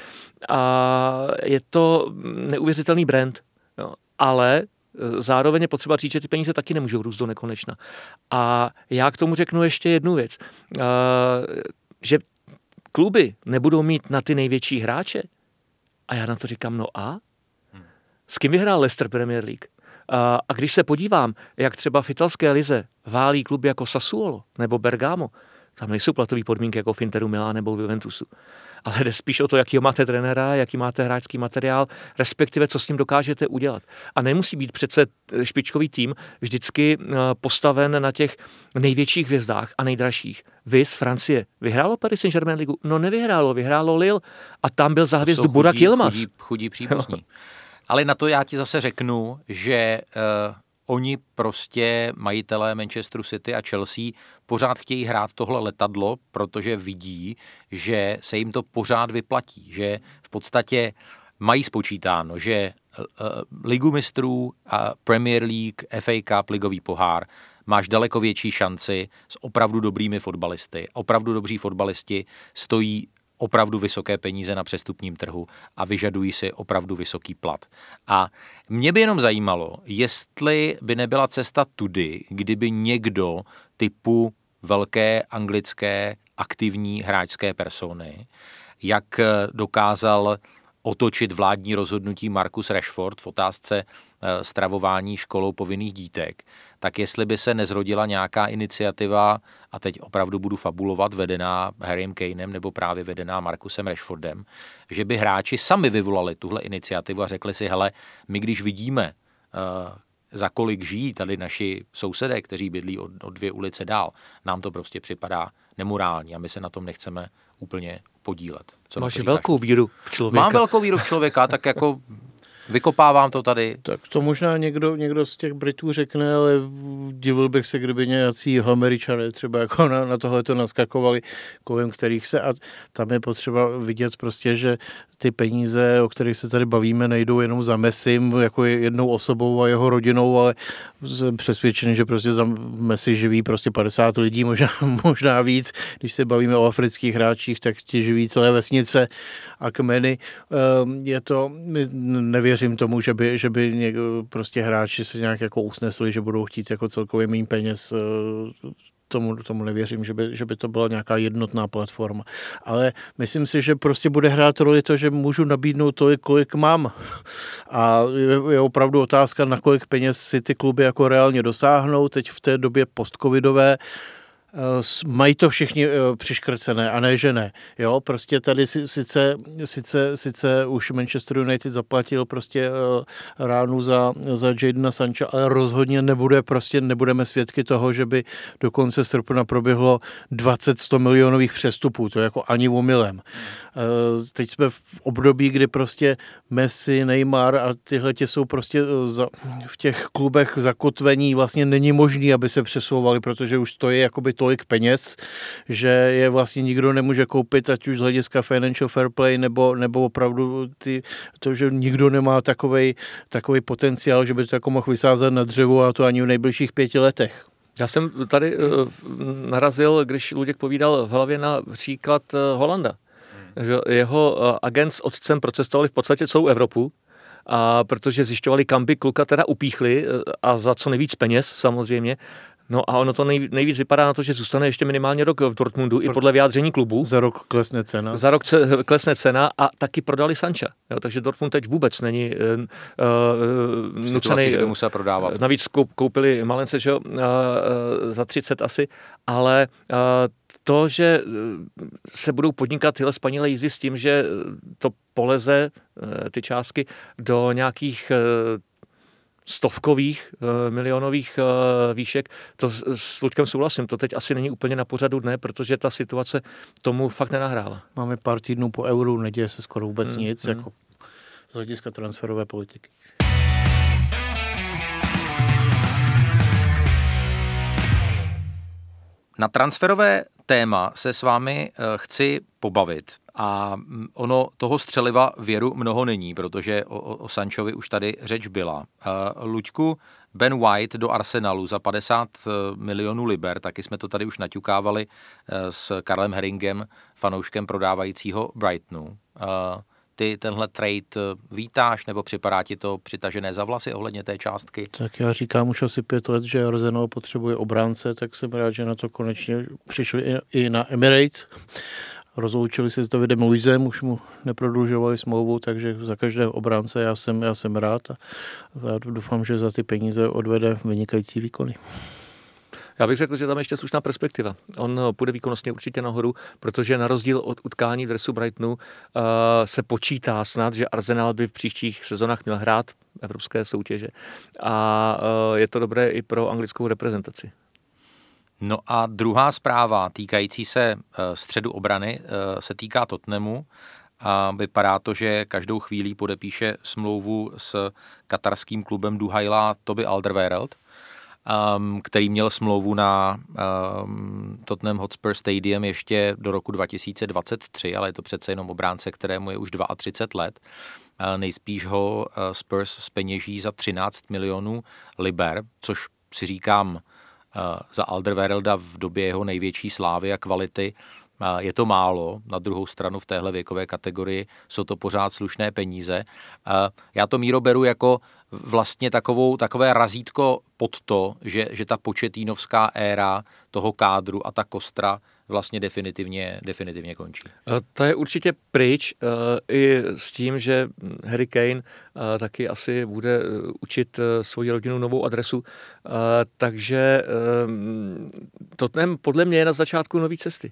A je to neuvěřitelný brand. Jo. Ale zároveň je potřeba říct, že ty peníze taky nemůžou růst do nekonečna. A já k tomu řeknu ještě jednu věc. Uh, že kluby nebudou mít na ty největší hráče. A já na to říkám, no a? S kým vyhrál Leicester Premier League? Uh, a když se podívám, jak třeba v italské lize válí kluby jako Sassuolo nebo Bergamo, tam nejsou platové podmínky jako v Interu Milán nebo v Juventusu. Ale jde spíš o to, jakýho máte trenéra, jaký máte hráčský materiál, respektive co s tím dokážete udělat. A nemusí být přece špičkový tým vždycky postaven na těch největších hvězdách a nejdražších. Vy z Francie. Vyhrálo Paris Saint-Germain ligu? No nevyhrálo, vyhrálo Lille a tam byl za hvězdu Burak Yilmaz. Chudí, chudí příbuzní. Ale na to já ti zase řeknu, že uh, oni prostě, majitelé Manchesteru City a Chelsea, pořád chtějí hrát tohle letadlo, protože vidí, že se jim to pořád vyplatí, že v podstatě mají spočítáno, že uh, Ligu mistrů a Premier League, F A Cup, ligový pohár, máš daleko větší šanci s opravdu dobrými fotbalisty. Opravdu dobří fotbalisti stojí opravdu vysoké peníze na přestupním trhu a vyžadují si opravdu vysoký plat. A mě by jenom zajímalo, jestli by nebyla cesta tudy, kdyby někdo typu velké anglické aktivní hráčské persony, jak dokázal otočit vládní rozhodnutí Marcus Rashford v otázce stravování školou povinných dítek, tak jestli by se nezrodila nějaká iniciativa, a teď opravdu budu fabulovat, vedená Harrym Kanem nebo právě vedená Marcusem Rashfordem, že by hráči sami vyvolali tuhle iniciativu a řekli si, hele, my když vidíme, za kolik žijí tady naši sousedé, kteří bydlí o, o dvě ulice dál, nám to prostě připadá nemorální a my se na tom nechceme úplně podílet. Co Máš velkou víru v člověka. Mám velkou víru v člověka, tak jako vykopávám to tady. Tak to možná někdo, někdo z těch Britů řekne, ale divil bych se, kdyby nějací Američané třeba jako na, na tohleto naskakovali, kolem kterých se, a tam je potřeba vidět prostě, že ty peníze, o kterých se tady bavíme, nejdou jenom za Messim, jako jednou osobou a jeho rodinou, ale jsem přesvědčený, že prostě za Messi živí prostě padesát lidí, možná, možná víc. Když se bavíme o afrických hráčích, tak ti živí celé vesnice a kmeny. Je to, nevěřím tomu, že by, že by někdo, prostě hráči se nějak jako usnesli, že budou chtít jako celkově méně peněz. Tomu, tomu nevěřím, že by, že by to byla nějaká jednotná platforma. Ale myslím si, že prostě bude hrát roli to, že můžu nabídnout tolik, kolik mám. A je, je opravdu otázka, na kolik peněz si ty kluby jako reálně dosáhnou. Teď v té době postcovidové mají to všichni přiškrcené, a ne, že ne. Jo, prostě tady sice, sice, sice už Manchester United zaplatil prostě ránu za, za Jadona Sancha, ale rozhodně nebude, prostě nebudeme svědky toho, že by do konce srpna proběhlo dvacet sto milionových přestupů, to je jako ani omylem. Teď jsme v období, kdy prostě Messi, Neymar a tyhle tě jsou prostě za, v těch klubech zakotvení, vlastně není možný, aby se přesouvali, protože už stojí jakoby tolik peněz, že je vlastně nikdo nemůže koupit, ať už z hlediska financial fair play, nebo, nebo opravdu ty, to, že nikdo nemá takovej, takovej potenciál, že by to jako mohl vysázet na dřevo, a to ani v nejbližších pěti letech. Já jsem tady uh, narazil, když Luděk povídal v hlavě na příklad uh, Holanda. Hmm. Že jeho uh, agent s otcem procestovali v podstatě celou Evropu, a protože zjišťovali, kam by kluka teda upíchli uh, a za co nejvíc peněz samozřejmě. No a ono to nej, nejvíc vypadá na to, že zůstane ještě minimálně rok v Dortmundu, i podle vyjádření klubu. Za rok klesne cena. Za rok ce, klesne cena a taky prodali Sancha. Jo, takže Dortmund teď vůbec není uh, uh, nucený. Že by musel prodávat. Navíc koupili Malence, že jo, uh, uh, za třicet asi, ale uh, to, že se budou podnikat tyhle spanilé jízdy s tím, že to poleze uh, ty částky do nějakých uh, stovkových uh, milionových uh, výšek, to s, s Luďkem souhlasím, to teď asi není úplně na pořadu dne, protože ta situace tomu fakt nenahrála. Máme pár týdnů po euru, neděje se skoro vůbec hmm, nic, hmm. jako z hlediska transferové politiky. Na transferové téma se s vámi chci pobavit a ono toho střeliva věru mnoho není, protože o, o Sanchovi už tady řeč byla. Luďku, Ben White do Arsenalu za padesát milionů liber, taky jsme to tady už naťukávali s Karlem Herringem, fanouškem prodávajícího Brightonu. Ty tenhle trade vítáš, nebo připadá ti to přitažené za vlasy ohledně té částky? Tak já říkám už asi pět let, že Arsenal potřebuje obránce, tak jsem rád, že na to konečně přišli i na Emirates. Rozloučili se s Davidem Luizem, už mu neprodlužovali smlouvu, takže za každé obránce já jsem, já jsem rád a já doufám, že za ty peníze odvede vynikající výkony. Já bych řekl, že tam ještě slušná perspektiva. On půjde výkonnostně určitě nahoru, protože na rozdíl od utkání v dresu Brightonu uh, se počítá snad, že Arsenal by v příštích sezonách měl hrát evropské soutěže. A uh, je to dobré i pro anglickou reprezentaci. No a druhá zpráva týkající se uh, středu obrany uh, se týká Tottenhamu. A vypadá to, že každou chvíli podepíše smlouvu s katarským klubem Duhaila Toby Alderweireld, Um, který měl smlouvu na um, Tottenham Hotspur Stadium ještě do roku dva tisíce dvacet tři, ale je to přece jenom obránce, kterému je už třicet dva let. Uh, nejspíš ho uh, Spurs zpeněží za třináct milionů liber, což si říkám uh, za Alderweirelda v době jeho největší slávy a kvality. Uh, je to málo, na druhou stranu v téhle věkové kategorii jsou to pořád slušné peníze. Uh, já to, Míro, beru jako vlastně takovou, takové razítko pod to, že, že ta početínovská éra toho kádru a ta kostra vlastně definitivně, definitivně končí. To je určitě pryč i s tím, že Harry Kane taky asi bude učit svoji rodinu novou adresu, takže Tottenham podle mě je na začátku nový cesty.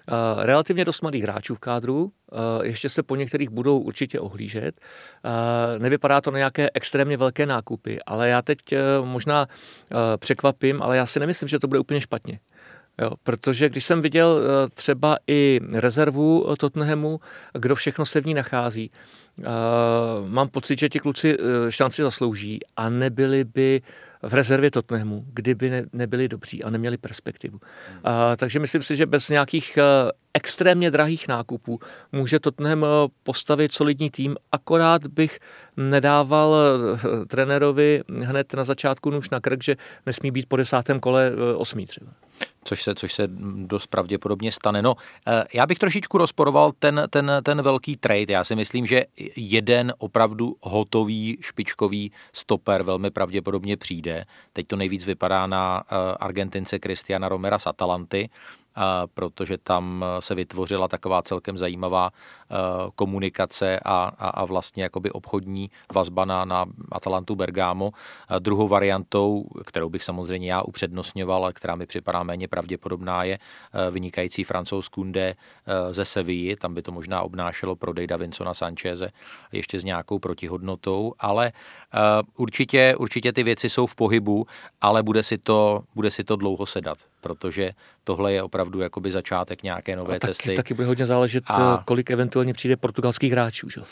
relativně dost mladých hráčů v kádru, ještě se po některých budou určitě ohlížet. Nevypadá to na nějaké extrémně velké nákupy, ale já teď možná překvapím, ale já si nemyslím, že to bude úplně špatně. Jo, protože když jsem viděl třeba i rezervu Tottenhamu, kdo všechno se v ní nachází, mám pocit, že ti kluci šanci zaslouží a nebyli by v rezervě Tottenhamu, kdyby ne, nebyli dobří a neměli perspektivu. A, takže myslím si, že bez nějakých a, extrémně drahých nákupů může Tottenham postavit solidní tým, akorát bych nedával a, trenérovi hned na začátku nůž na krk, že nesmí být po desátém kole a, osmý třeba. Což se, což se dost pravděpodobně stane. No, já bych trošičku rozporoval ten, ten, ten velký trade. Já si myslím, že jeden opravdu hotový, špičkový stoper velmi pravděpodobně přijde. Teď to nejvíc vypadá na Argentince Cristiana Romera z Atalanty, protože tam se vytvořila taková celkem zajímavá komunikace a, a, a vlastně jakoby obchodní vazba na, na Atalantu Bergamo. Druhou variantou, kterou bych samozřejmě já upřednostňoval, a která mi připadá méně pravděpodobná, je vynikající Francouz Koundé ze Sevilly. Tam by to možná obnášelo prodej Davinsona Sancheze ještě s nějakou protihodnotou, ale určitě, určitě ty věci jsou v pohybu, ale bude si to, bude si to dlouho sedat, protože tohle je opravdu jakoby začátek nějaké nové taky, cesty. Taky bude hodně záležet, a... kolik eventuálně přijde portugalských hráčů. Že?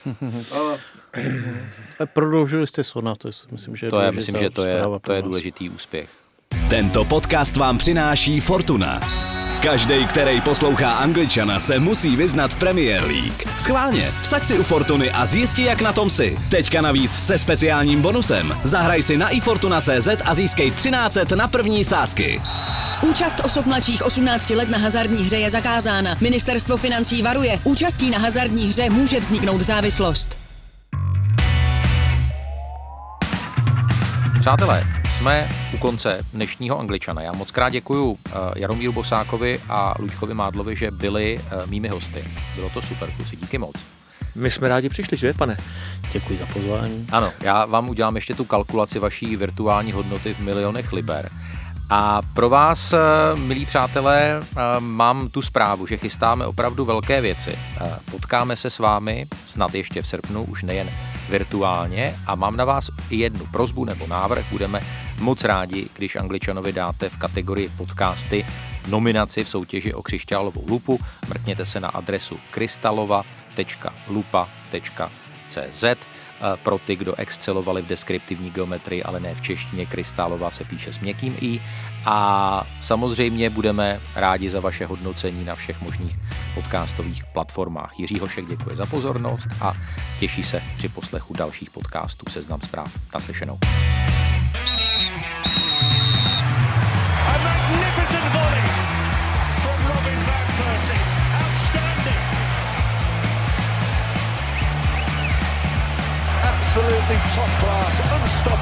Prodloužili jste Sona, to je, myslím, že je to je, myslím, že to je, to je důležitý úspěch. Tento podcast vám přináší Fortuna. Každej, který poslouchá Angličana, se musí vyznat v Premier League. Schválně, vsaď si u Fortuny a zjisti, jak na tom si. Teďka navíc se speciálním bonusem. Zahraj si na ifortuna tečka cé zet a získej třináct set na první sázky. Účast osob mladších osmnácti let na hazardní hře je zakázána. Ministerstvo financí varuje. Účastí na hazardní hře může vzniknout závislost. Přátelé, jsme u konce dnešního Angličana. Já moc krát děkuju Jaromíru Bosákovi a Luďkovi Mádlovi, že byli mými hosty. Bylo to super, kluci, díky moc. My jsme rádi přišli, že, pane? Děkuji za pozvání. Ano, já vám udělám ještě tu kalkulaci vaší virtuální hodnoty v milionech liber. A pro vás, milí přátelé, mám tu zprávu, že chystáme opravdu velké věci. Potkáme se s vámi snad ještě v srpnu, už nejen virtuálně, a mám na vás i jednu prosbu nebo návrh. Budeme moc rádi, když Angličanovi dáte v kategorii podcasty nominaci v soutěži o křišťálovou lupu. Mrkněte se na adresu krystalova tečka lupa tečka cé zet. Pro ty, kdo excelovali v deskriptivní geometrii, ale ne v češtině, Krystálová se píše s měkkým i. A samozřejmě budeme rádi za vaše hodnocení na všech možných podcastových platformách. Jiří Hošek děkuje za pozornost a těší se při poslechu dalších podcastů Seznam zpráv. Naslyšenou. Absolutely top class, unstoppable.